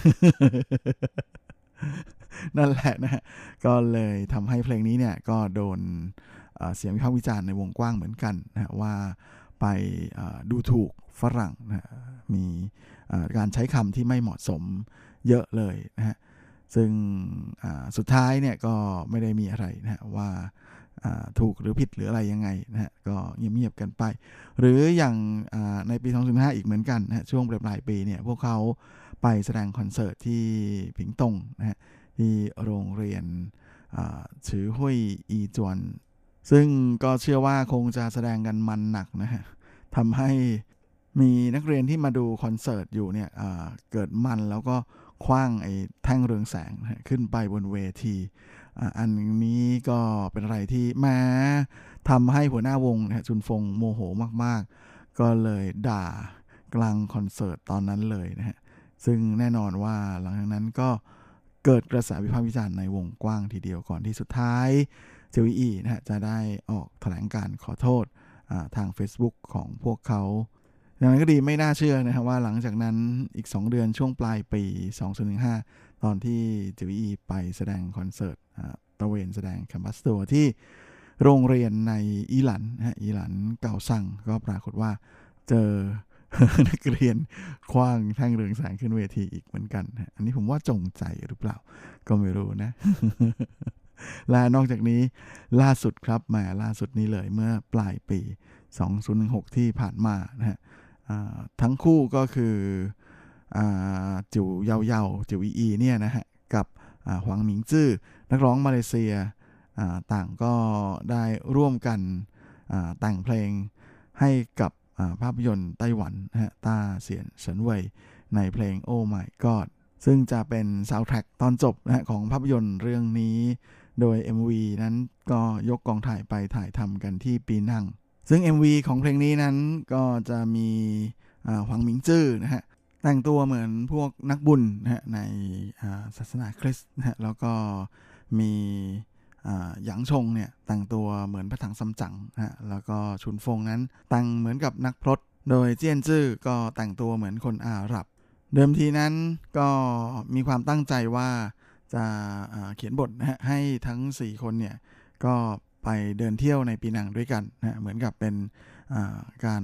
นั่นแหละนะฮะก็เลยทำให้เพลงนี้เนี่ยก็โดนเสียงวิพากษ์วิจารณ์ในวงกว้างเหมือนกันนะว่าไปดูถูกฝรั่งนะมีการใช้คำที่ไม่เหมาะสมเยอะเลยนะฮะซึ่งสุดท้ายเนี่ยก็ไม่ได้มีอะไรนะว่าถูกหรือผิดหรืออะไรยังไงนะฮะก็เงียบๆกันไปหรืออย่างในปีสองพันสิบห้าอีกเหมือนกันนะช่วงปลายปีเนี่ยพวกเขาไปแสดงคอนเสิร์ตที่ผิงตงนะฮะที่โรงเรียนฉือหุยอีจวนซึ่งก็เชื่อว่าคงจะแสดงกันมันหนักนะฮะทำให้มีนักเรียนที่มาดูคอนเสิร์ตอยู่เนี่ยเกิดมันแล้วก็คว้างไอ้แท่งเรืองแสงนะขึ้นไปบนเวทีอันนี้ก็เป็นอะไรที่แม้ทำให้หัวหน้าวงนะจุนฟงโมโหมากๆก็เลยด่ากลางคอนเสิร์ตตอนนั้นเลยนะฮะซึ่งแน่นอนว่าหลังจากนั้นก็เกิดกระแสวิพากษ์วิจารณ์ในวงกว้างทีเดียวก่อนที่สุดท้ายเจวีอีนะฮะจะได้ออกแถลงการขอโทษทาง Facebook ของพวกเขาอย่างนั้นก็ดีไม่น่าเชื่อนะครับว่าหลังจากนั้นอีกสองเดือนช่วงปลายปีสองพันสิบห้าตอนที่เจวีอีไปแสดงคอนเสิร์ตตะเวนแสดงแคมปัสทัวร์ที่โรงเรียนในอิหลันนะฮะอิหลันเก่าซังก็ปรากฏว่าเจอ นักเรียนคว้างแท่งเรืองแสงขึ้นเวทีอีกเหมือนกันอันนี้ผมว่าจงใจหรือเปล่าก็ไม่รู้นะ และนอกจากนี้ล่าสุดครับมาล่าสุดนี้เลยเมื่อปลายปีสองพันสิบหกที่ผ่านมานะฮะทั้งคู่ก็คือจิ๋วเยาเยาจิ๋วอีอีเนี่ยนะฮะกับหวังหมิงจื้อนักร้องมาเลเซียต่างก็ได้ร่วมกันแต่งเพลงให้กับภาพยนตร์ไต้หวันนะฮะต้าเสียนเฉินเว่ยในเพลง Oh My God ซึ่งจะเป็นซาวด์แทร็กตอนจบนะฮะของภาพยนตร์เรื่องนี้โดย เอ็ม วี นั้นก็ยกกองถ่ายไปถ่ายทำกันที่ปีนังซึ่ง เอ็ม วี ของเพลงนี้นั้นก็จะมีหวังหมิงจื้อนะฮะแต่งตัวเหมือนพวกนักบุญนะฮะในศาสนาคริสต์นะฮะแล้วก็มีหยางชงเนี่ยแต่งตัวเหมือนพระถังซัมจั๋งนะฮะแล้วก็ชุนฟงนั้นแต่งเหมือนกับนักพรตโดยเจี้ยนจื้อก็แต่งตัวเหมือนคนอาหรับเดิมทีนั้นก็มีความตั้งใจว่าจะเขียนบทนะฮะให้ทั้งสี่คนเนี่ยก็ไปเดินเที่ยวในปีนังด้วยกันนะเหมือนกับเป็นการ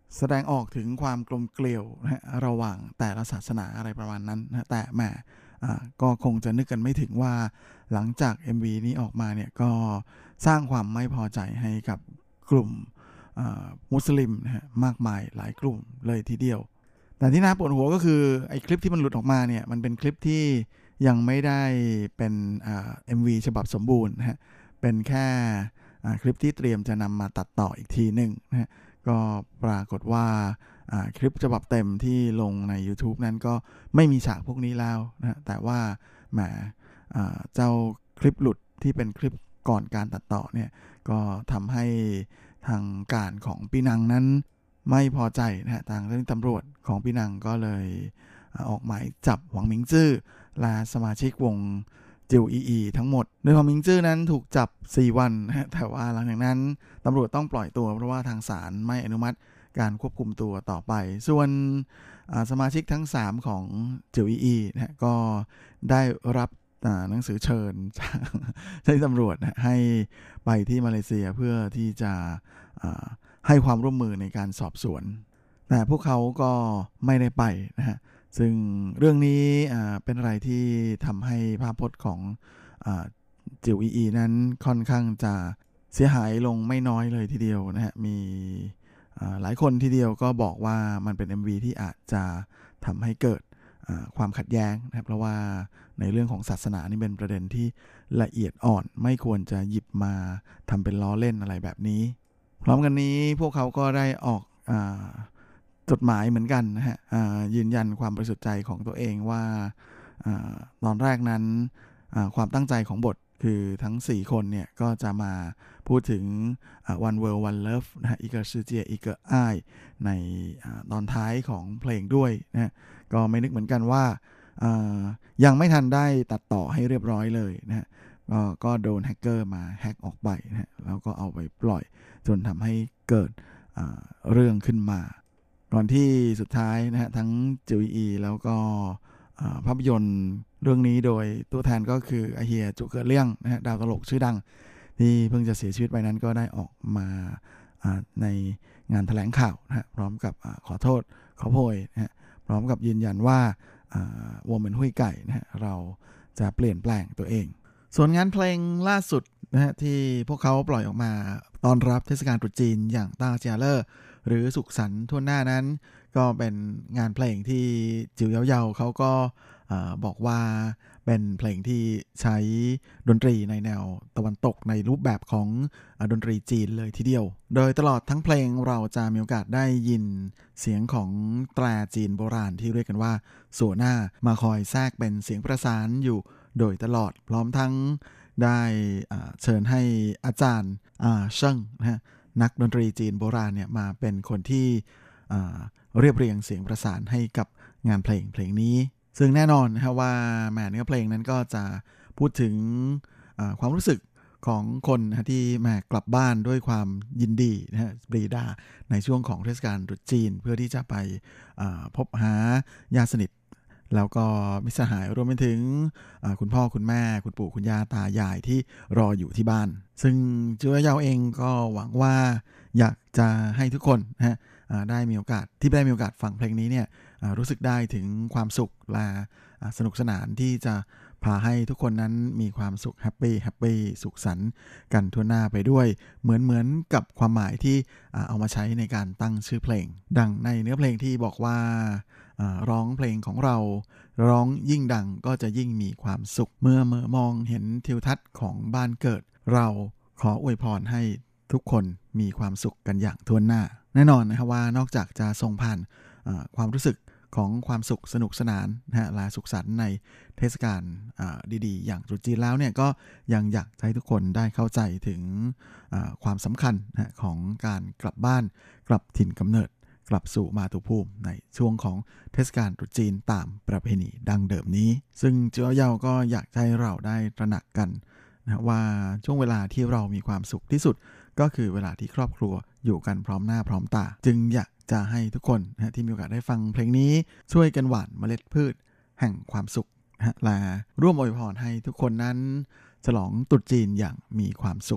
แสดงออกถึงความกลมเกลียวนะฮะระหว่างแต่ละศาสนาอะไรประมาณนั้นนะแต่แหมก็คงจะนึกกันไม่ถึงว่าหลังจาก เอ็ม วี นี้ออกมาเนี่ยก็สร้างความไม่พอใจให้กับกลุ่มมุสลิมนะฮะมากมายหลายกลุ่มเลยทีเดียวแต่ที่น่าปวดหัวก็คือไอ้คลิปที่มันหลุดออกมาเนี่ยมันเป็นคลิปที่ยังไม่ได้เป็นเอ็มวีฉบับสมบูรณ์นะฮะเป็นแค่คลิปที่เตรียมจะนำมาตัดต่ออีกทีหนึ่งนะฮะก็ปรากฏว่าคลิปฉบับเต็มที่ลงใน YouTube นั้นก็ไม่มีฉากพวกนี้แล้วนะแต่ว่าแหมเจ้าคลิปหลุดที่เป็นคลิปก่อนการตัดต่อเนี่ยก็ทำให้ทางการของปีนังนั้นไม่พอใจนะฮะทางเจ้าหน้าที่ตำรวจของปีนังก็เลยออกหมายจับหวังหมิงจื้อและสมาชิกวงจิวอีอีทั้งหมดโดยหวังหมิงจื้อนั้นถูกจับสี่วันนะแต่ว่าหลังจากนั้นตำรวจต้องปล่อยตัวเพราะว่าทางศาลไม่อนุมัติการควบคุมตัวต่อไปส่วนสมาชิกทั้งสามของจิวอีอีนะก็ได้รับหนังสือเชิญจากเจ้าหน้าที่ตำรวจนะให้ไปที่มาเลเซียเพื่อที่จะให้ความร่วมมือในการสอบสวนแต่พวกเขาก็ไม่ได้ไปนะฮะซึ่งเรื่องนี้เป็นอะไรที่ทำให้ภาพพจน์ของจิวอีอีนั้นค่อนข้างจะเสียหายลงไม่น้อยเลยทีเดียวนะฮะมีหลายคนทีเดียวก็บอกว่ามันเป็น เอ็ม วี ที่อาจจะทำให้เกิดความขัดแย้งนะครับเพราะว่าในเรื่องของศาสนานี่เป็นประเด็นที่ละเอียดอ่อนไม่ควรจะหยิบมาทำเป็นล้อเล่นอะไรแบบนี้พร้อมกันนี้พวกเขาก็ได้ออกจดหมายเหมือนกันนะฮะยืนยันความบริสุทธิ์ใจของตัวเองว่าตอนแรกนั้นความตั้งใจของบทคือทั้งสี่คนเนี่ยก็จะมาพูดถึง One World One Love นะฮะอีกเกอร์ชื่อเจียอีกเกอร์อ้ายในตอนท้ายของเพลงด้วยนะก็ไม่นึกเหมือนกันว่ายังไม่ทันได้ตัดต่อให้เรียบร้อยเลยนะฮะก็โดนแฮกเกอร์มาแฮกออกไปนะฮะแล้วก็เอาไปปล่อยจนทำให้เกิดเรื่องขึ้นมาก่อนที่สุดท้ายนะฮะทั้ง จิว อี แล้วก็ภาพยนตร์เรื่องนี้โดยตัวแทนก็คืออาเฮียจุเกิดเลี่ยงนะฮะดาวตลกชื่อดังที่เพิ่งจะเสียชีวิตไปนั้นก็ได้ออกมาในงานแถลงข่าวนะฮะพร้อมกับขอโทษขอโพยนะฮะพร้อมกับยืนยันว่าวงเหมือนหุ้ยไก่นะฮะเราจะเปลี่ยนแปลงตัวเองส่วนงานเพลงล่าสุดนะฮะที่พวกเขาปล่อยออกมาตอนรับเทศกาลตรุษจีนอย่างต้าเจียเลอร์หรือสุขสันต์ทั่วหน้านั้นก็เป็นงานเพลงที่จิ๋วเยาๆเขาก็บอกว่าเป็นเพลงที่ใช้ดนตรีในแนวตะวันตกในรูปแบบของดนตรีจีนเลยทีเดียวโดยตลอดทั้งเพลงเราจะมีโอกาสได้ยินเสียงของแตรจีนโบราณที่เรียกกันว่าสัวหน้ามาคอยแทรกเป็นเสียงประสานอยู่โดยตลอดพร้อมทั้งได้เชิญให้อาจารย์เชิงนะฮะนักดนตรีจีนโบราณเนี่ยมาเป็นคนที่เรียบเรียงเสียงประสานให้กับงานเพลงเพลงนี้ซึ่งแน่นอนนะว่าแหมเนื้อเพลงนั้นก็จะพูดถึงความรู้สึกของคนนะที่แหมกลับบ้านด้วยความยินดีนะฮะปรีดาในช่วงของเทศกาลตรุษจีนเพื่อที่จะไปพบหาญาติสนิทแล้วก็มิตรสหายรวมไปถึงคุณพ่อคุณแม่คุณปู่คุณย่าตายายที่รออยู่ที่บ้านซึ่งจิ๋วเยาเองก็หวังว่าอยากจะให้ทุกคนนะฮะได้มีโอกาสที่ได้มีโอกาสฟังเพลงนี้เนี่ยรู้สึกได้ถึงความสุขและสนุกสนานที่จะพาให้ทุกคนนั้นมีความสุขแฮปปี้แฮปปี้สุขสันต์กันทั่วหน้าไปด้วยเหมือนเหมือนกับความหมายที่เอามาใช้ในการตั้งชื่อเพลงดังในเนื้อเพลงที่บอกว่าร้องเพลงของเราร้องยิ่งดังก็จะยิ่งมีความสุขเมื่อเมื่อมองเห็นทิวทัศน์ของบ้านเกิดเราขออวยพรให้ทุกคนมีความสุขกันอย่างทั่วหน้าแน่นอนนะครับว่านอกจากจะส่งผ่านความรู้สึกของความสุขสนุกสนานนะฮะและสุขสันต์ในเทศกาลดีๆอย่างตรุษจีนแล้วเนี่ยก็ยังอยากให้ทุกคนได้เข้าใจถึงความสำคัญนะของการกลับบ้านกลับถิ่นกำเนิดกลับสู่มาตุภูมิในช่วงของเทศกาลตรุษจีนตามประเพณีดังเดิมนี้ซึ่งเจ้าเยาก็อยากให้เราได้ตระหนักกันนะว่าช่วงเวลาที่เรามีความสุขที่สุดก็คือเวลาที่ครอบครัวอยู่กันพร้อมหน้าพร้อมตาจึงอยากจะให้ทุกคนนะที่มีโอกาสได้ฟังเพลงนี้ช่วยกันหว่านเมล็ดพืชแห่งความสุขนะและร่วมอวยพรให้ทุกคนนั้นฉลองตรุษจีนอย่างมีความสุข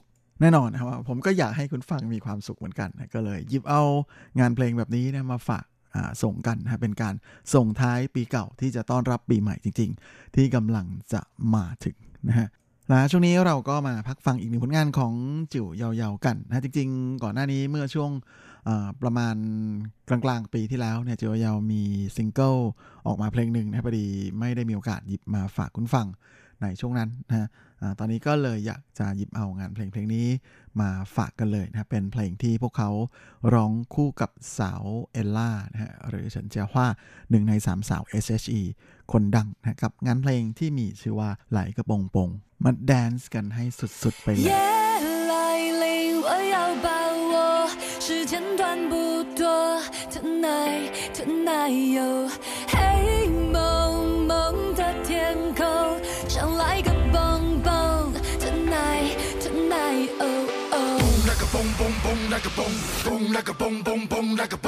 แน่นอนนะครับว่าผมก็อยากให้คุณฟังมีความสุขเหมือนกันนะก็เลยหยิบเอางานเพลงแบบนี้นะมาฝากส่งกันนะเป็นการส่งท้ายปีเก่าที่จะต้อนรับปีใหม่จริงๆที่กำลังจะมาถึงนะฮะและช่วงนี้เราก็มาพักฟังอีกหนึ่งผลงานของจิ๋วยาวๆกันนะจริงๆก่อนหน้านี้เมื่อช่วงประมาณกลางๆปีที่แล้วเนี่ยจิ๋วยาวมีซิงเกิลออกมาเพลงหนึ่งนะพอดีไม่ได้มีโอกาสหยิบมาฝากคุณฟังในช่วงนั้นนะตอนนี้ก็เลยอยากจะหยิบเอางานเพลงเพลงนี้มาฝากกันเลยนะเป็นเพลงที่พวกเขาร้องคู่กับสาวเอลล่านะฮะหรือเฉินเจียฮว่าหนึ่งในสามสาว เอส เอช อี คนดังนะกับงานเพลงที่มีชื่อว่าไหลกระปงปงมาแดนซ์กันให้สุดๆไปเลย时间短不多 Tonight Tonight 有黑蒙蒙的天空想来个蹦蹦 Tonight Tonight Oh Oh 那个蹦蹦蹦那个蹦蹦那个蹦蹦蹦那个蹦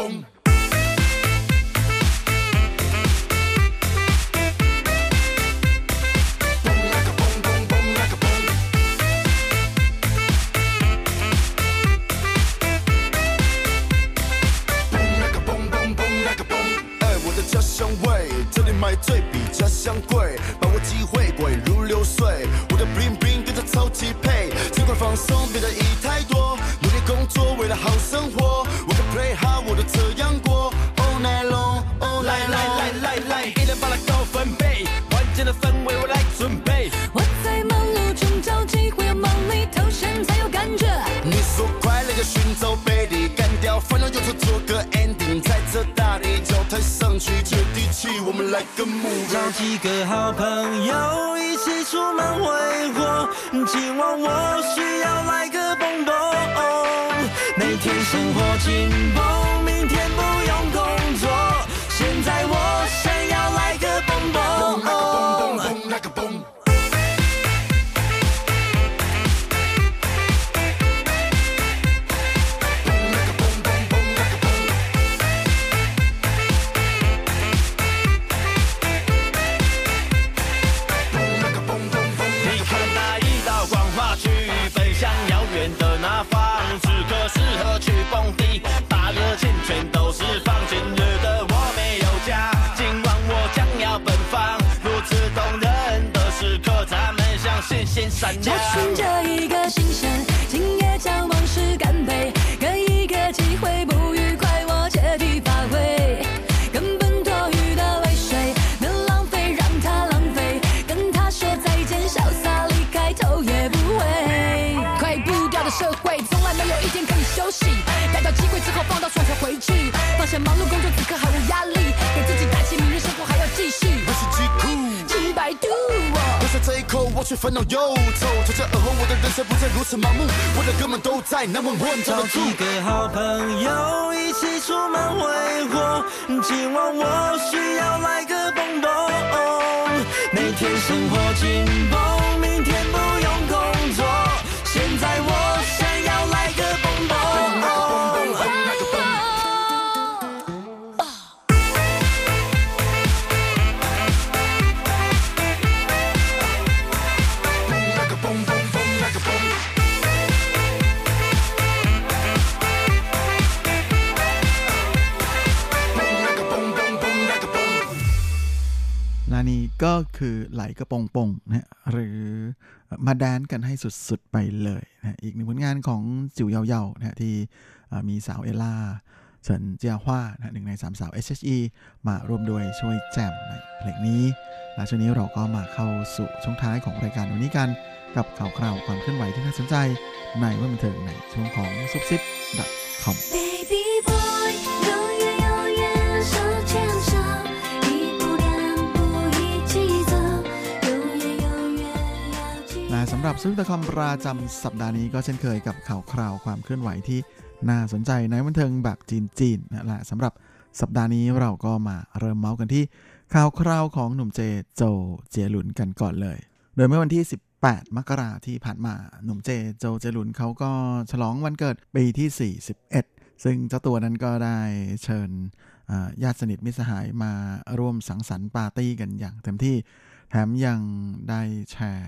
家乡味，这里买醉比家乡贵，把握机会滚如流水，我的 bling bling 跟着超级配，尽管放松，别在意太多，努力工作为了好生活，我跟 play hard 我都这样过 ，all night long， all night long， 来来来来来，一人把它高分贝，关键的氛围我来准备， 我在忙碌中找机会，要忙里偷闲才有感觉， 你说快乐就寻找贝利，干掉烦恼忧愁做个 ending， 在这大地脚踏上去接地气，我们来个目标， 找几个好朋友一起出门挥霍，今晚我需要来个蹦蹦，每天生活紧绷，明天不用工作，现在我想要来个蹦蹦， 那个蹦蹦蹦那个蹦。 把热情全都释放，今日的我没有家，今晚我将要奔放，如此动人的时刻，咱们向星星闪亮。 找寻着一个新鲜，今夜将往事干杯，给一个机会，不愉快我借题发挥，根本多余的泪水别浪费，让它浪费，跟他说再见，潇洒离开，头也不回。快步调的社会，从来没有一天可以休息。逮到机会之后放到双手回去，放下忙碌工作，此刻毫无压力，给自己打气，明日生活还要继续。 我是极酷， 几百度， 喝下这一口，我却烦恼忧愁。从这而后，我的人生不再如此盲目，我的哥们都在，那么我找几个好朋友一起出门挥霍，今晚我需要来个蹦蹦，每天生活紧绷，明天不用工作，现在我想要来个蹦蹦。 และนี่ก็คือไหลกระปงปงนะหรือมาแดนกันให้สุดๆไปเลยนะอีกหนึ่งผลงานของจิ๋วยาวๆนะที่มีสาวเอลล่าเฉินเจียฮว่านะหนึ่งในสามสาว เอส เอช อี มารวมด้วยช่วยแจมในเพลงนี้และช่วงนี้เราก็มาเข้าสู่ช่วงท้ายของรายการวันนี้กันกับข่าวคราวความเคลื่อนไหวที่น่าสนใจในวันบันเทิงในช่วงของซุปซิป .com Baby boy 永远永远手牵手一步两步一起走永远永远要记得และสำหรับซุปซิป .com ประจำสัปดาห์นี้ก็เช่นเคยกับข่าวคราวความเคลื่อนไหวที่น่าสนใจในบันเทิงแบบจีนๆนะและสำหรับสัปดาห์นี้เราก็มาเริ่มเมาส์กันที่ข่าวคราวของหนุ่มเจโจเจียหลุนกันก่อนเลยโดยเมื่อวันที่สิบแปดมกราคมที่ผ่านมาหนุ่มเจโจเจียหลุนเขาก็ฉลองวันเกิดปีที่สี่สิบเอ็ดซึ่งเจ้าตัวนั้นก็ได้เชิญญาติสนิทมิตรสหายมาร่วมสังสรรค์ปาร์ตี้กันอย่างเต็มที่แถมยังได้แชร์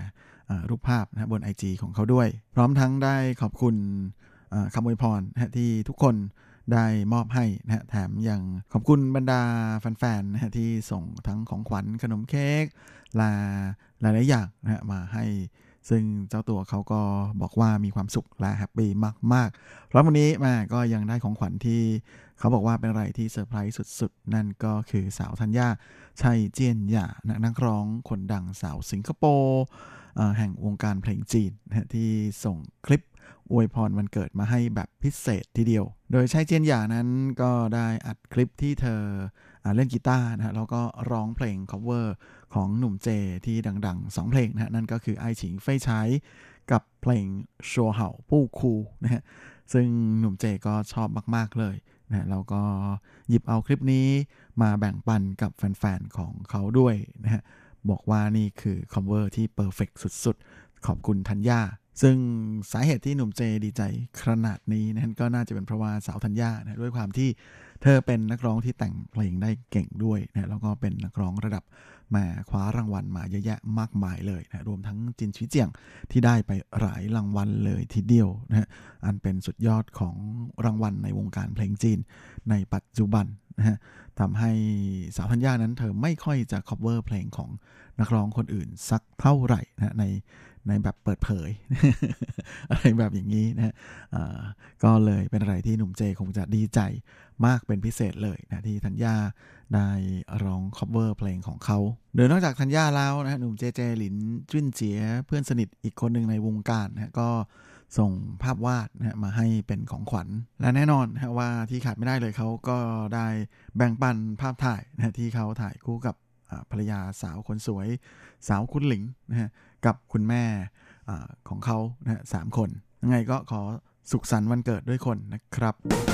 รูปภาพนะบน ไอ จี ของเขาด้วยพร้อมทั้งได้ขอบคุณคำอวยพรนะที่ทุกคนได้มอบให้นะแถมยังขอบคุณบรรดาแฟนๆนะที่ส่งทั้งของขวัญขนมเค้กลาหลายๆอย่างนะมาให้ซึ่งเจ้าตัวเขาก็บอกว่ามีความสุขและแฮปปี้มากๆแล้ววันนี้มาก็ยังได้ของขวัญที่เขาบอกว่าเป็นอะไรที่เซอร์ไพรส์สุดๆนั่นก็คือสาวธัญญาชัยเจียนหย่านักร้องคนดังสาวสิงคโปร์แห่งวงการเพลงจีนนะที่ส่งคลิปอวยพรวันเกิดมาให้แบบพิเศษทีเดียวโดยชัยเจียนหย่านั้นก็ได้อัดคลิปที่เธอเล่นกีตาร์นะแล้วก็ร้องเพลง cover ของหนุ่มเจที่ดังๆสองเพลงนะนั่นก็คือไอฉิงเฟ่ยใช้กับเพลงชัวเห่าปู้คูนะฮะซึ่งหนุ่มเจก็ชอบมากๆเลยนะแล้วก็หยิบเอาคลิปนี้มาแบ่งปันกับแฟนๆของเขาด้วยนะฮะบอกว่านี่คือ cover ที่ perfect สุดๆขอบคุณธัญญาซึ่งสาเหตุที่หนุ่มเจดีใจขนาดนี้นั่นก็น่าจะเป็นเพราะว่าสาวธัญญานะด้วยความที่เธอเป็นนักร้องที่แต่งเพลงได้เก่งด้วยนะแล้วก็เป็นนักร้องระดับมาคว้ารางวัลมาเยอะแยะมากมายเลยนะรวมทั้งจินชิเจียงที่ได้ไปหลายรางวัลเลยทีเดียวนะฮะอันเป็นสุดยอดของรางวัลในวงการเพลงจีนในปัจจุบันนะฮะทำให้สาวธัญญานั้นเธอไม่ค่อยจะ cover เพลงของนักร้องคนอื่นสักเท่าไหร่นะในในแบบเปิดเผย อะไรแบบอย่างนี้นะฮะก็เลยเป็นอะไรที่หนุ่มเจคงจะดีใจมากเป็นพิเศษเลยนะที่ธัญญาได้ร้อง cover เพลงของเขาโดยนอกจากธัญญาแล้วนะหนุ่มเจเจหลินจุ้นเจี๋ยเพื่อนสนิทอีกคนหนึ่งในวงการนะก็ส่งภาพวาดนะมาให้เป็นของขวัญและแน่นอนนะว่าที่ขาดไม่ได้เลยเขาก็ได้แบ่งปันภาพถ่ายนะที่เขาถ่ายคู่กับภรรยาสาวคนสวยสาวคุณหลิงนะฮะกับคุณแม่ของเขานะฮะสามคนยังไงก็ขอสุขสันต์วันเกิดด้วยคนนะครับ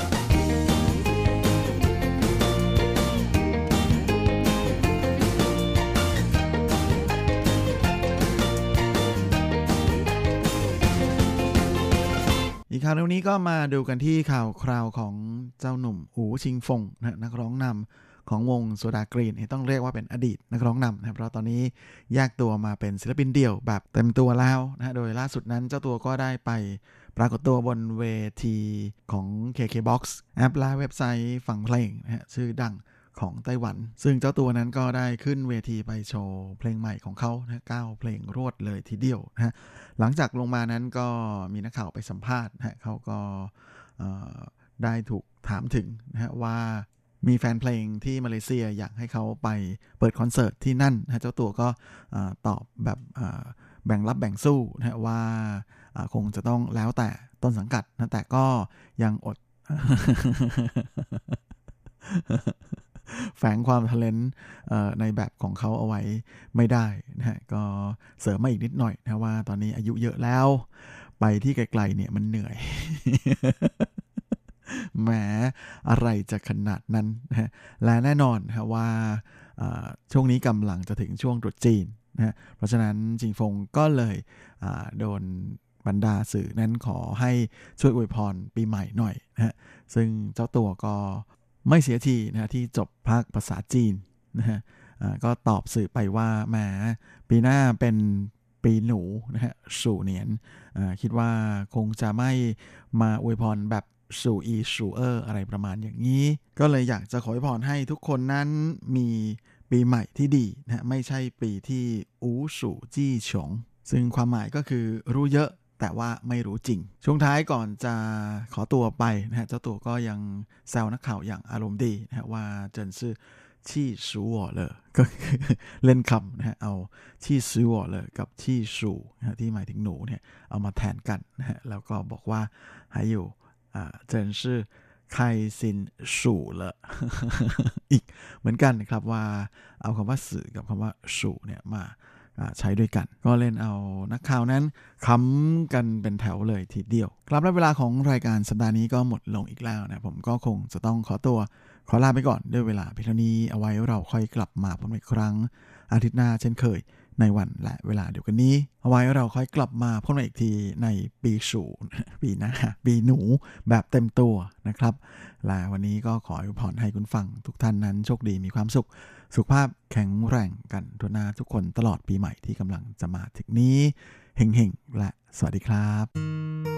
อีกข่าวนี้ก็มาดูกันที่ข่าวคราวของเจ้าหนุ่มหูชิงฟงนะนักร้องนำของวงโซดากรีนต้องเรียกว่าเป็นอดีตนักร้องนำนะเพราะตอนนี้แยกตัวมาเป็นศิลปินเดี่ยวแบบเต็มตัวแล้วนะโดยล่าสุดนั้นเจ้าตัวก็ได้ไปปรากฏตัวบนเวทีของ เค เค บ็อกซ์ แอปและเว็บไซต์ฟังเพลงนะฮะชื่อดังของไต้หวันซึ่งเจ้าตัวนั้นก็ได้ขึ้นเวทีไปโชว์เพลงใหม่ของเขานะเก้าเพลงรวดเลยทีเดียวนะฮะหลังจากลงมานั้นก็มีนักข่าวไปสัมภาษณ์นะเขาก็ได้ถูกถามถึงนะฮะว่ามีแฟนเพลงที่มาเลเซียอยากให้เขาไปเปิดคอนเสิร์ตที่นั่นนะเจ้าตัวก็ตอบแบบแบ่งรับแบ่งสู้นะว่าคงจะต้องแล้วแต่ต้นสังกัดนะแต่ก็ยังอด แฝงความทะเลนในแบบของเขาเอาไว้ไม่ได้นะฮะก็เสริมมาอีกนิดหน่อยนะว่าตอนนี้อายุเยอะแล้วไปที่ไกลๆเนี่ยมันเหนื่อย แหมอะไรจะขนาดนั้นนะและแน่นอนนะว่าช่วงนี้กำลังจะถึงช่วงตรุษจีนนะเพราะฉะนั้นจิงฟงก็เลยโดนบรรดาสื่อนั้นขอให้ช่วยอวยพรปีใหม่หน่อยนะฮะซึ่งเจ้าตัวก็ไม่เสียทีนะที่จบภาคภาษาจีนนะฮะก็ตอบสื่อไปว่าแหมปีหน้าเป็นปีหนูนะฮะสู่เหนียนคิดว่าคงจะไม่มาอวยพรแบบสู่อีสู่เอออะไรประมาณอย่างนี้ก็เลยอยากจะขออวยพรให้ทุกคนนั้นมีปีใหม่ที่ดีนะไม่ใช่ปีที่อูสู่จี้ฉงซึ่งความหมายก็คือรู้เยอะแต่ว่าไม่รู้จริงช่วงท้ายก่อนจะขอตัวไปนะฮะเจ้าตัวก็ยังแซวนักข่าวอย่างอารมณ์ดีนะฮะว่าเจินซื่อชี่สูวอเลยก็เล่นคำนะฮะเอาชี่สูวอเลยกับชี่สูนะฮะที่หมายถึงหนูเนี่ยเอามาแทนกันนะฮะแล้วก็บอกว่าให้อยู่อ่าเจินซื่อไคซินสู่เลยอีกเหมือนกันนะครับว่าเอาคำว่าสื่อกับคำว่าสู่เนี่ยมาใช้ด้วยกันก็เล่นเอานักข่าวนั้นขำกันเป็นแถวเลยทีเดียวครับและเวลาของรายการสัปดาห์นี้ก็หมดลงอีกแล้วนะผมก็คงจะต้องขอตัวขอลาไปก่อนด้วยเวลาเพียงเท่านี้เอาไว้เราค่อยกลับมาพบกันอีกครั้งอาทิตย์หน้าเช่นเคยในวันและเวลาเดียวกันนี้เอาไว้เราค่อยกลับมาพบกันอีกทีในปีสูปีหน้าปีหนูแบบเต็มตัวนะครับและวันนี้ก็ขออวยพรให้คุณฟังทุกท่านนั้นโชคดีมีความสุขสุขภาพแข็งแรงกันทั่วหน้าทุกคนตลอดปีใหม่ที่กำลังจะมาถึงนี้เฮงๆและสวัสดีครับ